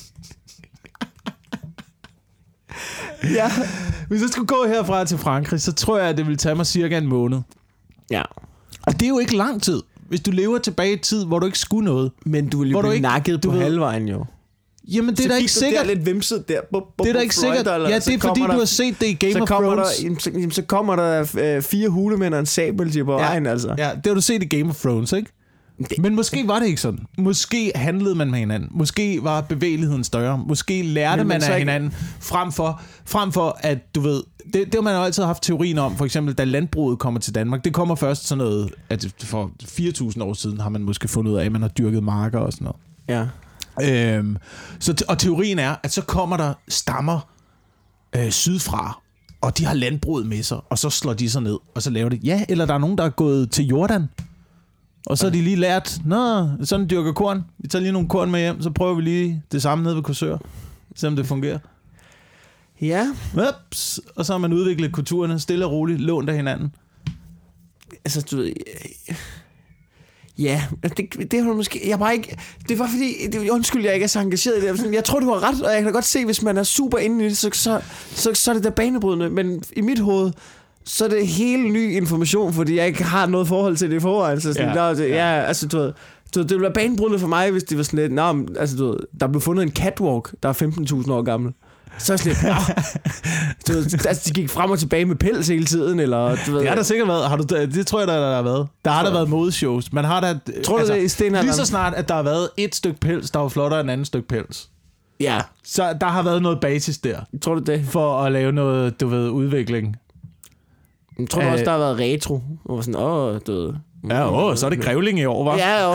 Ja. Hvis jeg skulle gå herfra til Frankrig, så tror jeg, at det ville tage mig cirka en måned. Ja. Og det er jo ikke lang tid, hvis du lever tilbage i tid, hvor du ikke skulle noget. Men du ville jo blive nakket på halvvejen, jo. Jamen, det er da ikke sikkert. Det er lidt vimset der. Det er da ikke sikkert. Ja, det er fordi, du har set det i Game of Thrones. Så kommer der 4 hulemænd og en sabel til på vejen, altså. Ja, det har du set i Game of Thrones, ikke? Men måske var det ikke sådan. Måske handlede man med hinanden. Måske var bevægeligheden større. Måske lærte man af hinanden. Frem for at, du ved... Det har man jo altid haft teorien om. For eksempel, da landbruget kommer til Danmark. Det kommer først sådan noget... At for 4.000 år siden har man måske fundet ud af, at man har dyrket marker og sådan noget. Ja. Og teorien er, at så kommer der stammer sydfra, og de har landbruget med sig, og så slår de sig ned, og så laver det. Ja, eller der er nogen, der er gået til Jordan, og så har de lige lært, sådan dyrker korn. Vi tager lige nogle korn med hjem, så prøver vi lige det samme nede ved Korsør, se om det fungerer. Ja. Ups, og så har man udviklet kulturerne stille og roligt, lånt af hinanden. Altså, du ved... Ja, det har du måske... Jeg bare ikke... Det var fordi... Undskyld, jeg ikke er så engageret i det. Jeg tror, du har ret, og jeg kan godt se, hvis man er super inde i det, så er det der banebrydende. Men i mit hoved, så er det hele ny information, fordi jeg ikke har noget forhold til det i forvejen. Så sådan, altså, du ved, det ville være banebrydende for mig, hvis det var sådan lidt... altså, du ved, der blev fundet en catwalk, der er 15.000 år gammel. Så slet, altså, de gik frem og tilbage med pels hele tiden, eller du ved. Det har der sikkert været. Det tror jeg, der har været. Der har der været modeshows. Man har da, tror du det i stenalderen? Lige så snart, at der har været et stykke pels, der var flottere end andet stykke pels. Ja. Så der har været noget basis der. Tror du det? For at lave noget, du ved, udvikling. Jeg tror også, der har været retro. Og sådan, du ved. Ja, så er det grævling i år, hva'? Ja,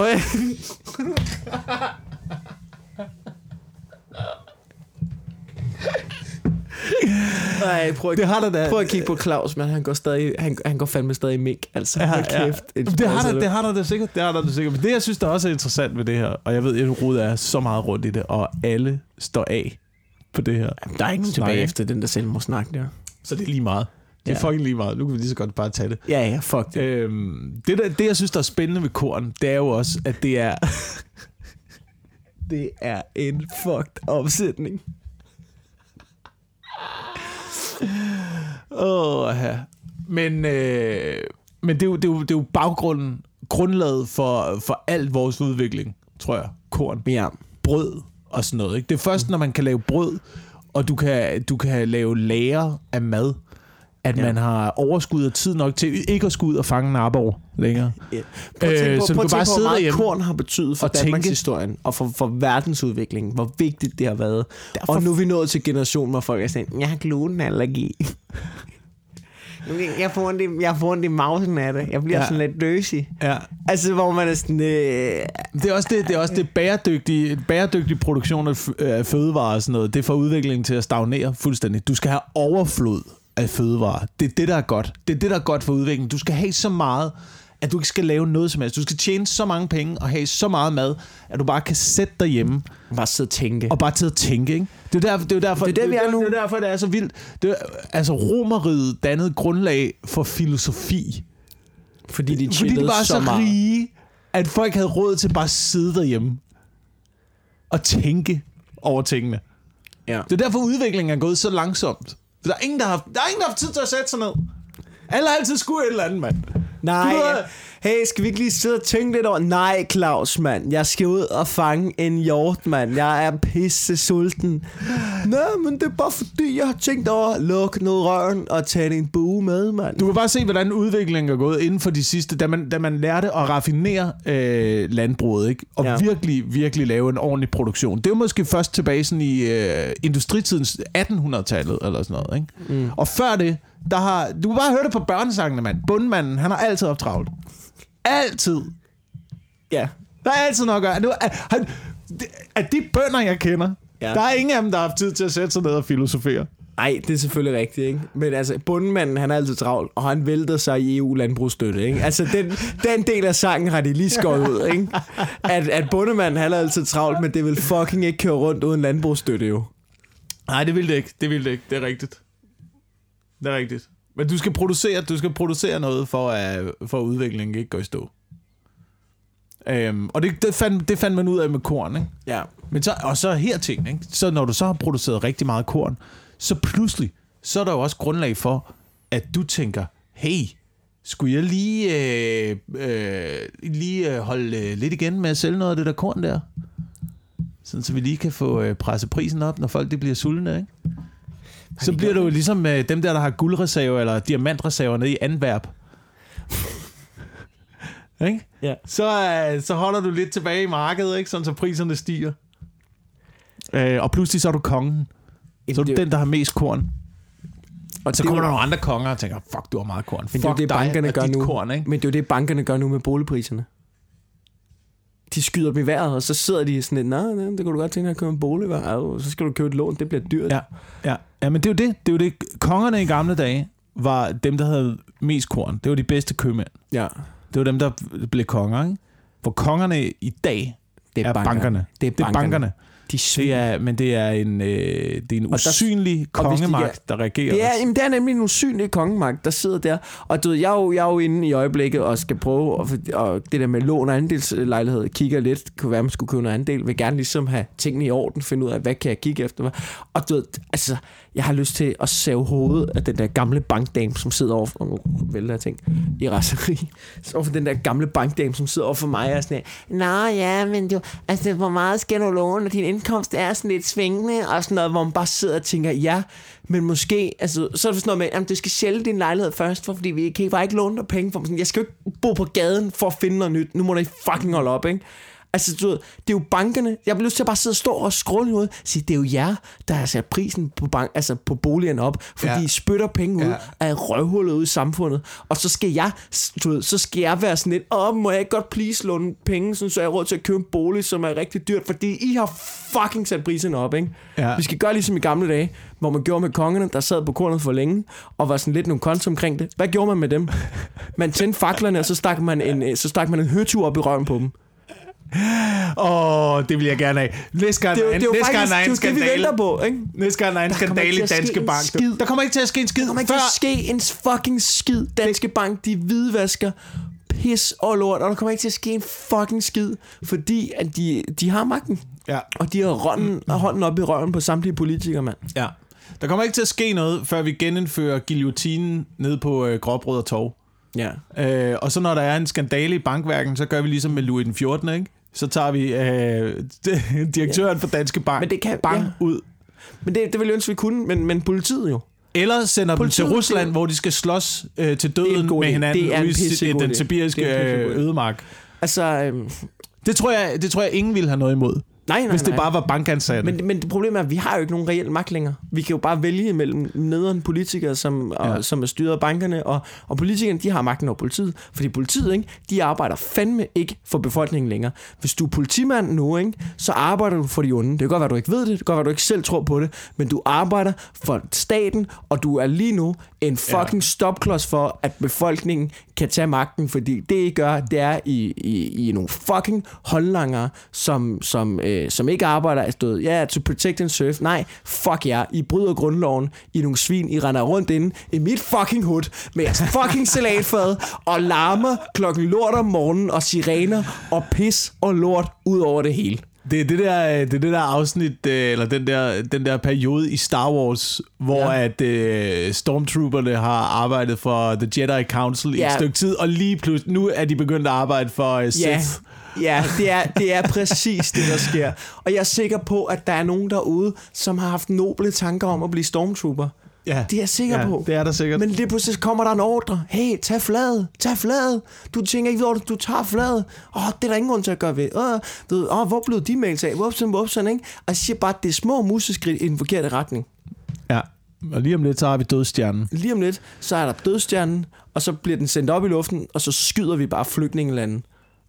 Nej, prøv at kigge på Claus, men han går fandme stadig i mink. Altså, kæft. Det har der det sikkert. Men det, jeg synes, der også er interessant ved det her, og jeg ved, at Rode er så meget rundt i det, og alle står af på det her. Jamen, der er ikke tilbage efter den der selvmordssnak der. Så det er lige meget. Det er fucking lige meget. Nu kan vi lige så godt bare tage det. Ja, fuck det. Det, jeg synes, der er spændende ved korn, det er jo også, at det er... det er en fucked opsætning. Men det er jo baggrunden, grundlaget for alt vores udvikling, tror jeg. Korn, brød og sådan noget. Ikke? Det er først, når man kan lave brød, og du kan lave lager af mad, at man har overskud af tid nok til ikke at skulle ud og fange en arbor længere. Ja. Prøv at tænke på, hvor meget korn har betydet for Danmarks historien og for verdensudviklingen. Hvor vigtigt det har været. Og nu er vi nået til generationen, hvor folk er sådan, jeg har glutenallergi. Jeg får ondt i mausen af det. Jeg bliver sådan lidt døsig. Ja. Altså, hvor man er sådan... Det er også det bæredygtige produktion af fødevarer og sådan noget. Det får udviklingen til at stagnere fuldstændig. Du skal have overflod af fødevarer. Det er det, der er godt. Det er det, der er godt for udviklingen. Du skal have så meget, at du ikke skal lave noget som helst. Du skal tjene så mange penge og have så meget mad, at du bare kan sætte dig hjemme. Bare sidde og tænke. Og bare sidde og tænke, ikke? Det er derfor, det er så vildt. Romeriet dannede grundlag for filosofi. Fordi de var så meget. rige, at folk havde råd til bare at sidde derhjemme og tænke over tingene. Ja. Det er derfor, udviklingen er gået så langsomt. Der er ingen, der har haft tid til at sætte sig ned. Alle har altid skulle et eller andet, mand. Nej, hey, skal vi ikke lige sidde og tænke lidt over? Nej, Claus, mand. Jeg skal ud og fange en hjort, mand. Jeg er pisse sulten. Nå, men det er bare fordi, jeg har tænkt over at lukke noget røven og tage en bue med, mand. Du kan bare se, hvordan udviklingen er gået inden for de sidste, da man lærte at raffinere landbruget, ikke? Og virkelig lave en ordentlig produktion. Det var måske først tilbage sådan i industritidens 1800-tallet eller sådan noget, ikke? Mm. Og før det, du kan bare høre det på børnesangene, mand. Bundmanden, han har altid haft travlt. Altid. Ja. Der er altid noget at gøre. At de bønder, jeg kender, der er ingen af dem, der har haft tid til at sætte sig ned og filosofere. Nej, det er selvfølgelig rigtigt, ikke? Men altså, bundmanden, han er altid travlt, og han væltede sig i EU-landbrugsstøtte, ikke? Altså, den del af sangen har de lige skåret ud, ikke? At bundemanden, han er altid travlt, men det vil fucking ikke køre rundt uden landbrugsstøtte, jo. Nej, det vil det ikke. Det er rigtigt. Det er rigtigt. Men du skal producere noget for udviklingen ikke går i stå. Og det fandt man ud af med korn, ikke? Ja. Men så her ting, ikke? Så når du så har produceret rigtig meget korn, så pludselig så er der jo også grundlag for, at du tænker, hey, skulle jeg lige holde lidt igen med at sælge noget af det der korn der? Sådan så vi lige kan få presset prisen op, når folk de bliver sultne, ikke? Så bliver det jo ligesom dem der har guldreserver eller diamantreserver nede i Antwerp. Ikke? Ja. Så holder du lidt tilbage i markedet, ikke? Sådan så priserne stiger. Og pludselig så er du kongen. Så er du den, der har mest korn. Og så kommer der nogle andre konger og tænker, fuck, du har meget korn. Men det er det, bankerne gør nu. Korn, ikke? Men det er jo det, bankerne gør nu med boligpriserne. De skyder dem i vejret, og så sidder de sådan lidt, nej, det kunne du godt tænke at købe en bolig, så skal du købe et lån, det bliver dyrt. Ja, men det er jo det. Kongerne i gamle dage var dem, der havde mest korn. Det var de bedste købmænd. Ja. Det var dem, der blev konger, ikke? For kongerne i dag er bankerne. Det er bankerne. Det er en usynlig kongemagt, der regerer. Det er nemlig en usynlig kongemagt, der sidder der. Og du ved, jeg er jo inde i øjeblikket og skal prøve, og det der med lån og andelslejlighed, kigger lidt, kunne være, man skulle købe noget andel, vil gerne ligesom have tingene i orden, finde ud af, hvad kan jeg kigge efter. Og du ved, altså, jeg har lyst til at save hovedet af den der gamle bankdame, som sidder overfor, nu vælter jeg ting, i raseri, overfor den der gamle bankdame, som sidder overfor mig og sådan, men du, altså, hvor meget skal du låne, og din indkomst er sådan lidt svingende, og sådan noget, hvor man bare sidder og tænker, men måske, altså, så er det sådan noget med, at du skal sælge din lejlighed først, fordi vi kan bare ikke låne dig penge for sådan, jeg skal jo ikke bo på gaden for at finde noget nyt, nu må du fucking holde op, ikke? Altså, du ved, det er jo bankerne. Jeg bliver lyst til at bare sidde og stå og scrolle ud og sige, det er jo jer, der har sat prisen på boligerne op, fordi I spytter penge ud af røvhullet ud i samfundet. Og så skal jeg være sådan lidt, må jeg ikke godt please låne penge, så jeg har råd til at købe en bolig, som er rigtig dyrt, fordi I har fucking sat priserne op, ikke? Ja. Vi skal gøre ligesom i gamle dage, hvor man gjorde med kongerne, der sad på kornet for længe, og var sådan lidt nogle konto omkring det. Hvad gjorde man med dem? Man tændte faklerne, og så stak man en høtur op i røven på dem. det vil jeg gerne have. Næste gang der er en skandale i Danske Bank. Der kommer ikke til at ske en skid. Der kommer ikke til at ske en fucking skid. Danske Bank, de hvidvasker pis og lort, og der kommer ikke til at ske en fucking skid, fordi at de har magten. Ja. Og de har hånden op i røven på samtlige politikere, mand. Ja. Der kommer ikke til at ske noget, før vi genindfører guillotinen ned på Gråbrød og Torv. Ja. Og så når der er en skandale i bankværken, så gør vi ligesom med Louis den 14, ikke? Så tager vi direktøren for Danske Bank, men det kan, ud. Men det vil jeg ønske, vi kunne, men politiet jo. Eller sender dem til Rusland, hvor de skal slås til døden med hinanden i den sibiriske ødemark. Altså, det tror jeg ingen vil have noget imod. Nej. Hvis det bare var bankansatte. Men det problem er, at vi har jo ikke nogen reel magt længere. Vi kan jo bare vælge mellem nederen politikere, som er styret af bankerne, og politikerne, de har magten over politiet. Fordi politiet, ikke, de arbejder fandme ikke for befolkningen længere. Hvis du er politimand nu, ikke, så arbejder du for de onde. Det kan godt være, du ikke ved det. Det kan godt være, du ikke selv tror på det. Men du arbejder for staten, og du er lige nu en fucking stopklods for, at befolkningen kan tage magten. Fordi det, I gør, det er i nogle fucking håndlangere, som ikke arbejder af stedet. To protect and serve. Nej, fuck jer. I bryder grundloven. I nogle svin. I render rundt inde i mit fucking hood med jeres fucking salatfad og larmer klokken lort om morgenen og sirener og pis og lort ud over det hele. Det er det der afsnit, eller den der periode i Star Wars, hvor at stormtrooperne har arbejdet for The Jedi Council i et stykke tid, og lige pludselig, nu er de begyndt at arbejde for Sith. Ja, det er præcis det, der sker. Og jeg er sikker på, at der er nogen derude, som har haft noble tanker om at blive stormtrooper. Ja, det er jeg sikker på. Det er der sikkert. Men lige pludselig kommer der en ordre. Hey, tag flaget. Du tænker ikke over det, du tager flaget. Det er der ingen grund til at gøre ved. Hvor blev de mails af? Whopsen, ikke? Og jeg siger bare, at det er små museskridt i den forkerte retning. Ja, og lige om lidt, så har vi dødstjernen. Lige om lidt, så er der dødstjernen, og så bliver den sendt op i luften, og så skyder vi bare flygtningelanden.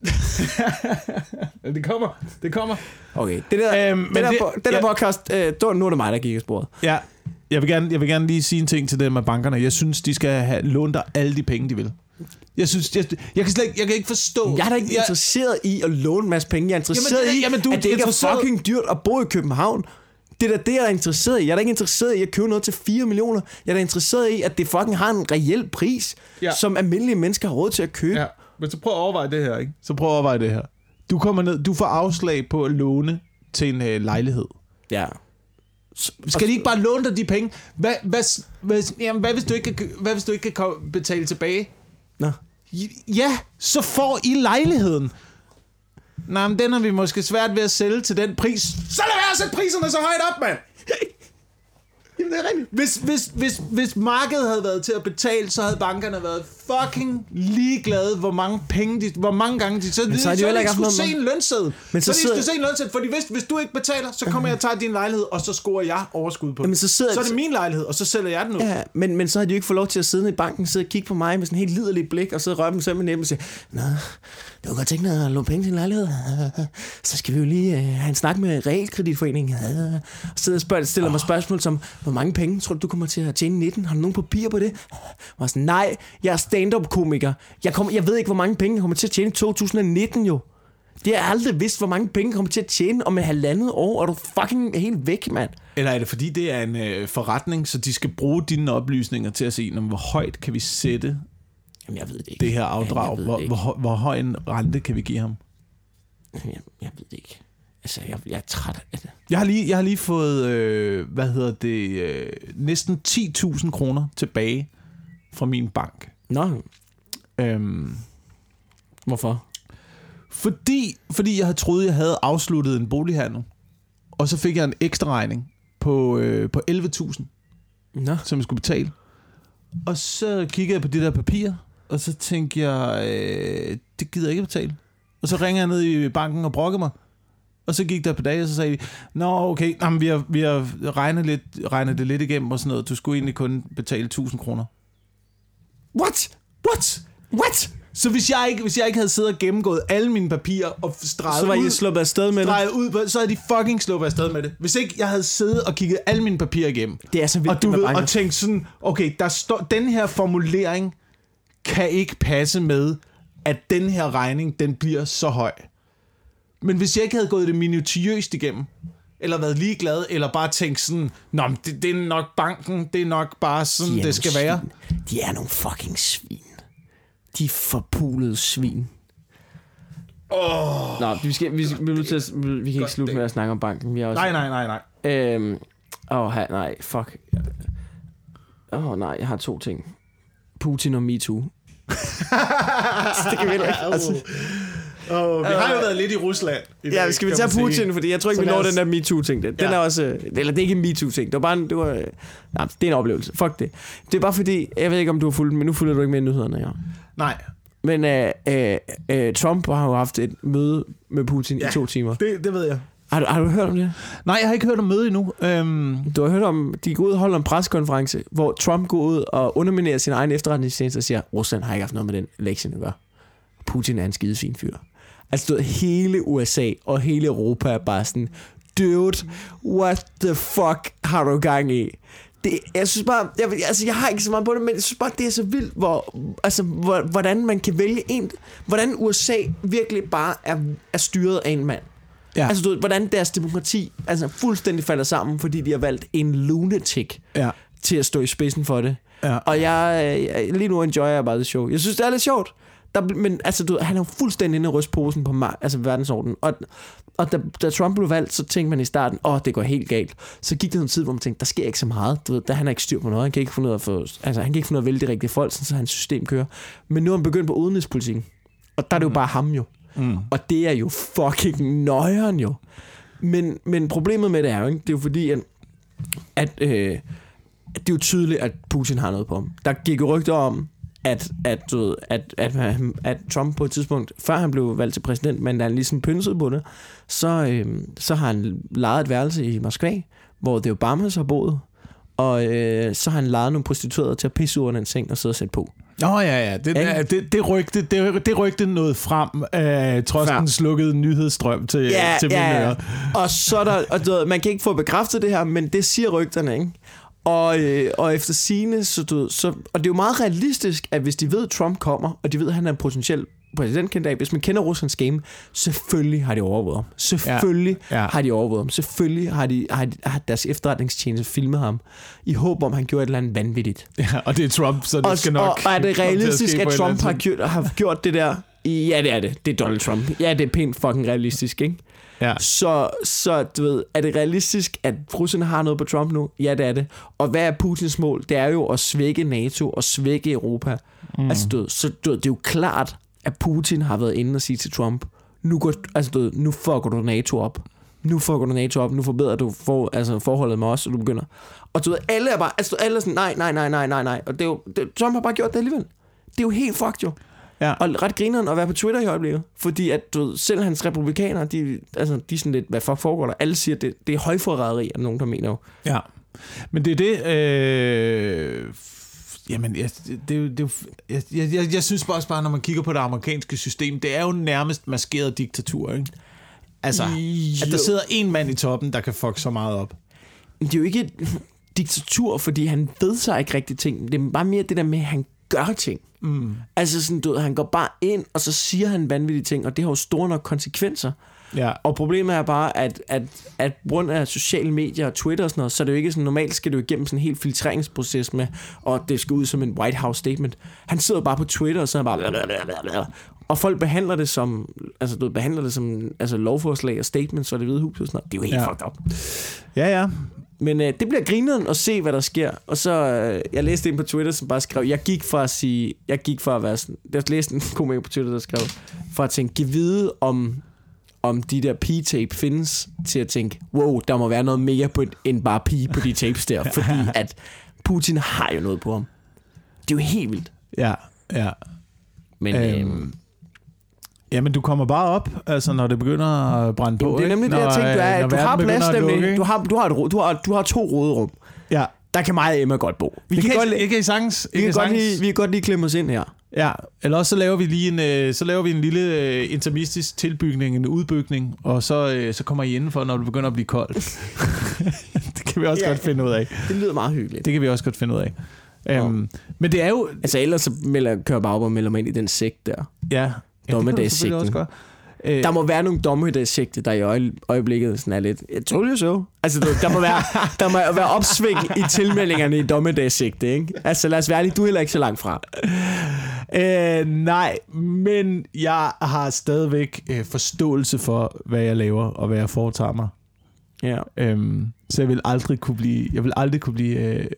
Det kommer. Okay, det der podcast, nu er det mig, der gik i sporet. Ja. Jeg vil gerne lige sige en ting til dem med bankerne. Jeg synes, de skal have lånt dig alle de penge, de vil. Jeg kan ikke forstå... Jeg er da ikke interesseret i at låne en masse penge. Jeg er interesseret i, at det ikke er fucking dyrt at bo i København. Det er da det, jeg er interesseret i. Jeg er da ikke interesseret i at købe noget til 4 millioner. Jeg er da interesseret i, at det fucking har en reel pris, som almindelige mennesker har råd til at købe. Ja, men så prøv at overveje det her, ikke? Du kommer ned, du får afslag på at låne til en lejlighed. Ja. Skal de ikke bare låne dig de penge? Hvad hvis du ikke kan betale tilbage? Nå. Ja, så får I lejligheden. Nej, men den har vi måske svært ved at sælge til den pris. Så lad være at sætte priserne så højt op, mand! Jamen, det er rigtigt. Hvis markedet havde været til at betale, så havde bankerne været fucking ligeglade, hvor mange gange de... Så de ikke skulle se en lønseddel. Fordi hvis du ikke betaler, så kommer jeg og tager din lejlighed, og så scorer jeg overskud på det. Så er det min lejlighed, og så sælger jeg den ud. Ja, men så har de jo ikke fået lov til at sidde i banken, sidde og kigge på mig med sådan en helt liderlig blik, og så røre dem selv med næben og sige, nå, det var godt tænkt at låne penge til en lejlighed. Så skal vi jo lige have en snak med Realkreditforeningen. Og så stiller mig spørgsmål som, hvor mange penge tror du kommer til at tjene 19? Har du nogen papir på det? Og sådan, nej, jeg er stand-up-komiker. Jeg ved ikke, hvor mange penge jeg kommer til at tjene i 2019 jo. Det har jeg aldrig vidst, hvor mange penge jeg kommer til at tjene om et halvandet år. Er du fucking helt væk, mand? Eller er det fordi, det er en forretning, så de skal bruge dine oplysninger til at se, hvor højt kan vi sætte jeg ved det, ikke. Det her afdrag? Hvor høj en rente kan vi give ham? Jeg ved det ikke. Altså, jeg er træt af det. Jeg har lige fået, næsten 10.000 kroner tilbage fra min bank. Nå. Hvorfor? Fordi jeg havde troet, jeg havde afsluttet en bolighandel. Og så fik jeg en ekstra regning på 11.000, som jeg skulle betale. Og så kiggede jeg på de der papirer, og så tænkte jeg, det gider jeg ikke betale. Og så ringer jeg ned i banken og brokkede mig. Og så gik der på dage, og så sagde de, okay, vi har regnet det lidt igennem og sådan noget. Du skulle egentlig kun betale 1.000 kroner. What? Så hvis jeg ikke havde siddet og gennemgået alle mine papirer og streget så var I sluppet afsted med det. Så havde de fucking sluppet afsted med det. Hvis ikke jeg havde siddet og kigget alle mine papirer igennem. Det er så vildt, og tænkt sådan, okay, der står den her formulering kan ikke passe med, at den her regning, den bliver så høj. Men hvis jeg ikke havde gået det minutiøst igennem, eller været ligeglad, eller bare tænkt sådan, det er nok banken, det er nok bare sådan, det skal være. De er nogle fucking svin. De forpulede svin. Vi kan ikke slutte med at snakke om banken. Vi er også... Nej. Nej, fuck. Nej, jeg har 2 ting. Putin og MeToo. Det kan vi ikke. Altså. Vi har jo været lidt i Rusland. Ja, skal vi tage Putin, fordi jeg tror ikke, vi når den der MeToo-ting. Den er også... Eller det er ikke en MeToo-ting. Det er en oplevelse. Fuck det. Det er bare fordi... Jeg ved ikke, om du har fulgt, men nu følger du ikke med i nyhederne, ja. Nej. Men Trump har jo haft et møde med Putin i 2 timer. Det ved jeg. Har du hørt om det? Nej, jeg har ikke hørt om mødet endnu. Du har hørt om, de går ud og holder en pressekonference, hvor Trump går ud og underminerer sin egen efterretningstjeneste og siger, Rusland har ikke haft noget med den lektion at gøre. Putin er en skidefin fyr. Altså, hele USA og hele Europa er bare sådan, dude, what the fuck har du gang i? Jeg synes bare, jeg har ikke så meget på det, men jeg synes bare, det er så vildt, hvordan man kan vælge hvordan USA virkelig bare er styret af en mand. Ja. Altså, hvordan deres demokrati fuldstændig falder sammen, fordi de har valgt en lunatic til at stå i spidsen for det. Ja. Og jeg lige nu enjoyer jeg bare det show. Jeg synes, det er lidt sjovt. Men altså, han er jo fuldstændig inde i rystposen på verdensordenen. Og da Trump blev valgt, så tænkte man i starten, det går helt galt. Så gik det en tid, hvor man tænkte, der sker ikke så meget. Da han har ikke styr på noget. Han kan ikke finde ud af at vælge de rigtige folk, så hans system kører. Men nu er han begyndt på udenrigspolitikken. Og der er det jo bare ham jo. Og det er jo fucking nøjeren jo. Men problemet med det er jo, ikke? Det er jo fordi, at det er jo tydeligt, at Putin har noget på ham. Der gik jo rygter om, at Trump på et tidspunkt, før han blev valgt til præsident, men da han ligesom pynsede på det, så har han lejet et værelse i Moskva, hvor The Obamas har boet, og så har han lejet nogle prostituerede til at pisse ud af den seng og sidde og sætte på. Det rygte noget frem trods den slukkede nyhedsstrøm til mine ører. Og så er der, man kan ikke få bekræftet det her, men det siger rygterne, ikke? Og efter sigende, og det er jo meget realistisk, at hvis de ved, at Trump kommer, og de ved, at han er en potentiel præsidentkandidat, hvis man kender Ruslands game, selvfølgelig har de overvåget ham. Selvfølgelig har de overvåget ham. Selvfølgelig har deres efterretningstjeneste filmet ham, i håb om, han gjorde et eller andet vanvittigt. Ja, og det er Trump, så det skal nok... Og er det realistisk, at Trump har gjort det der? Ja, det er det. Det er Donald Trump. Ja, det er pænt fucking realistisk, ikke? Ja. Så du ved, er det realistisk, at russerne har noget på Trump nu? Ja, det er det. Og hvad er Putins mål? Det er jo at svække NATO og svække Europa. Altså, det er jo klart, at Putin har været inde og sige til Trump, nu fucker du NATO op. Nu forbedrer du forholdet med os, og du begynder. Og du ved, alle er bare, alle er sådan, nej. Og Trump har bare gjort det alligevel. Det er jo helt fucked jo. Ja. Og ret grineren at være på Twitter i øjeblikket, fordi at selv hans republikanere, de er sådan lidt, hvad fuck foregår der? Alle siger, at det er højforræderi, er nogen, der mener jo. Ja, men det er det... Jamen, jeg synes bare, når man kigger på det amerikanske system, det er jo nærmest maskeret diktatur, ikke? Altså, at der sidder en mand i toppen, der kan fuck så meget op. Det er jo ikke et diktatur, fordi han ved sig ikke rigtig ting. Det er bare mere det der med, at han gør ting. Altså sådan, han går bare ind, og så siger han vanvittige ting, og det har jo store nok konsekvenser. Ja. Og problemet er bare, at på grund af sociale medier og Twitter og sådan noget, så er det jo ikke sådan, normalt skal du igennem sådan en helt filtreringsproces med, og det skal ud som en White House statement. Han sidder bare på Twitter, og så er bare... Og folk behandler det som lovforslag og statements for Det Hvide Hus og sådan noget. Det er jo helt fucked up. Ja. Men det bliver grineren at se, hvad der sker. Og så, jeg læste en på Twitter, som bare skrev, jeg læste en komiker på Twitter, der skrev, for at tænke, giv vide om de der pige-tape findes, til at tænke, wow, der må være noget mere end bare pige på de tapes der, fordi at Putin har jo noget på ham. Det er jo helt vildt. Ja. Men... Jamen, du kommer bare op, altså når det begynder at brænde på. Det er nemlig det, jeg tænkte, du har plads nemlig. Du har 2 råderum. Ja. Der kan mig og Emma godt bo. Vi kan godt lige klemme os ind her. Ja, eller også så laver vi en lille intermistisk tilbygning, en udbygning, og så kommer I indenfor, når det begynder at blive koldt. Det kan vi også godt finde ud af. Det lyder meget hyggeligt. Det kan vi også godt finde ud af. Men det er jo... Altså ellers så kører bare op og melder mig ind i den sekt der. Ja. Dommedagssigten. Der må være nogle dommedagssigte, der i øjeblikket sådan er lidt, jeg tror det så. Altså, der må være opsving i tilmeldingerne i dommedagssigte, ikke? Altså, lad os være ærlige, du er heller ikke så langt fra. Nej, men jeg har stadigvæk forståelse for, hvad jeg laver, og hvad jeg foretager mig. Ja. Så jeg vil aldrig kunne blive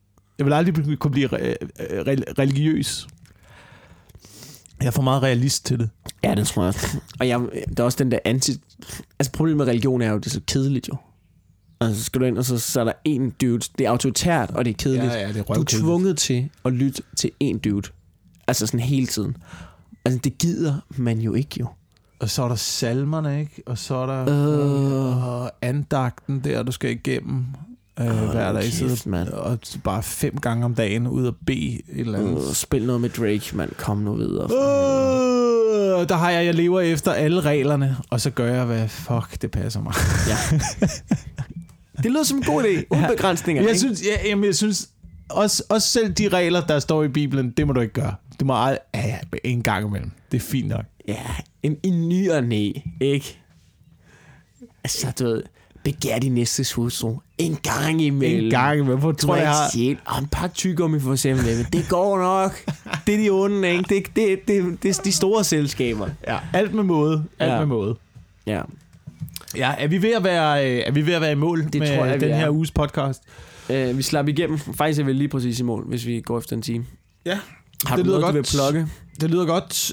religiøs. Jeg er for meget realist til det. Ja, det tror jeg. Og der er også den der altså problemet med religion er jo, det er så kedeligt jo. Altså skal du ind, og så er der en dude. Det er autoritært, og det er kedeligt. Ja, det er du er tvunget til at lytte til en dude. Altså sådan hele tiden. Altså det gider man jo ikke jo. Og så er der salmerne, ikke? Og så er der andagten der, du skal igennem hver dag. Kæft, og bare 5 gange om dagen ud og bede et eller andet. Spil noget med Drake, mand. Kom nu videre. Der har jeg lever efter alle reglerne, og så gør jeg, hvad fuck, det passer mig. Ja. Det lyder som en god idé. Uden begrænsninger. Jeg synes også selv de regler, der står i Bibelen, det må du ikke gøre. Du må en gang imellem. Det er fint nok. Ja, en ny og næ, ikke? Altså, du ved, begær din næstes hustru. En gang imellem. Hvor tror jeg har... En pakke tyggegummi for eksempel. Det går nok. Det er de onde, ikke? Det er de store selskaber. Ja, alt med måde. Med måde. Ja. Ja, er vi ved at være i mål det med tror jeg, den her uges podcast? Vi slapper igennem. Faktisk er vi lige præcis i mål, hvis vi går efter en time. Ja. Har det du noget, godt. Du vil plukke? Det lyder godt.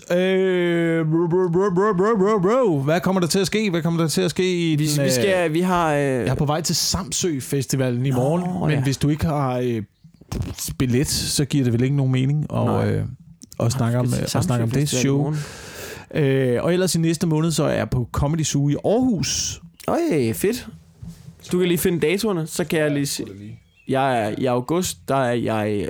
Hvad kommer der til at ske? Jeg er på vej til Samsø Festivalen i morgen, men hvis du ikke har billet, så giver det vel ikke nogen mening at snakke om det show. Og ellers i næste måned, så er jeg på Comedy Zoo i Aarhus. Fedt. Du kan lige finde datorerne, så kan jeg lige se. Jeg er i august, der er jeg...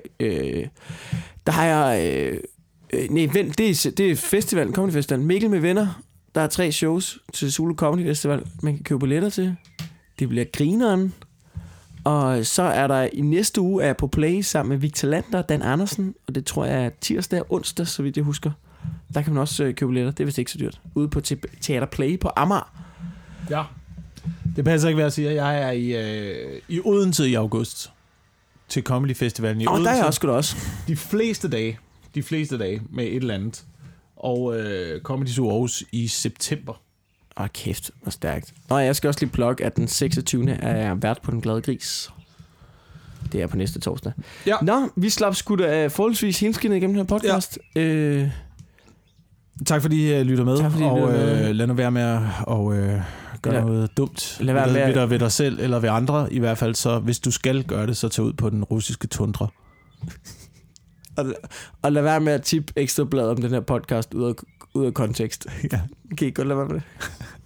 det er festivalen, Comedy Festival. Mikkel med venner. Der er 3 shows til Zulu Comedy Festival, man kan købe billetter til. Det bliver grineren. Og så er der i næste uge er jeg på Play sammen med Victor Lander og Dan Andersen. Og det tror jeg er tirsdag og onsdag, så vidt jeg husker. Der kan man også købe billetter. Det er vist ikke så dyrt. Ude på Teater Play på Amager. Ja. Det passer ikke, hvad jeg siger. Jeg er i Odense i august. Til Comedy Festivalen i Odense. Der er jeg også. De fleste dage med et eller andet. Og Comedy Zoo Aarhus i september. Kæft, hvor stærkt. Jeg skal også lige plukke, at den 26. er jeg vært på Den Glade Gris. Det er på næste torsdag. Ja. Nå, vi slap sgu da forholdsvis henskinnet igennem den her podcast. Ja. Tak fordi I lytter med. Lad nu være med at gøre noget dumt ved dig selv eller ved andre. I hvert fald så, hvis du skal gøre det, så tag ud på den russiske tundra. Og lad være med at tippe Ekstra Bladet om den her podcast ud af kontekst. Ja. Kan I godt lade være med det?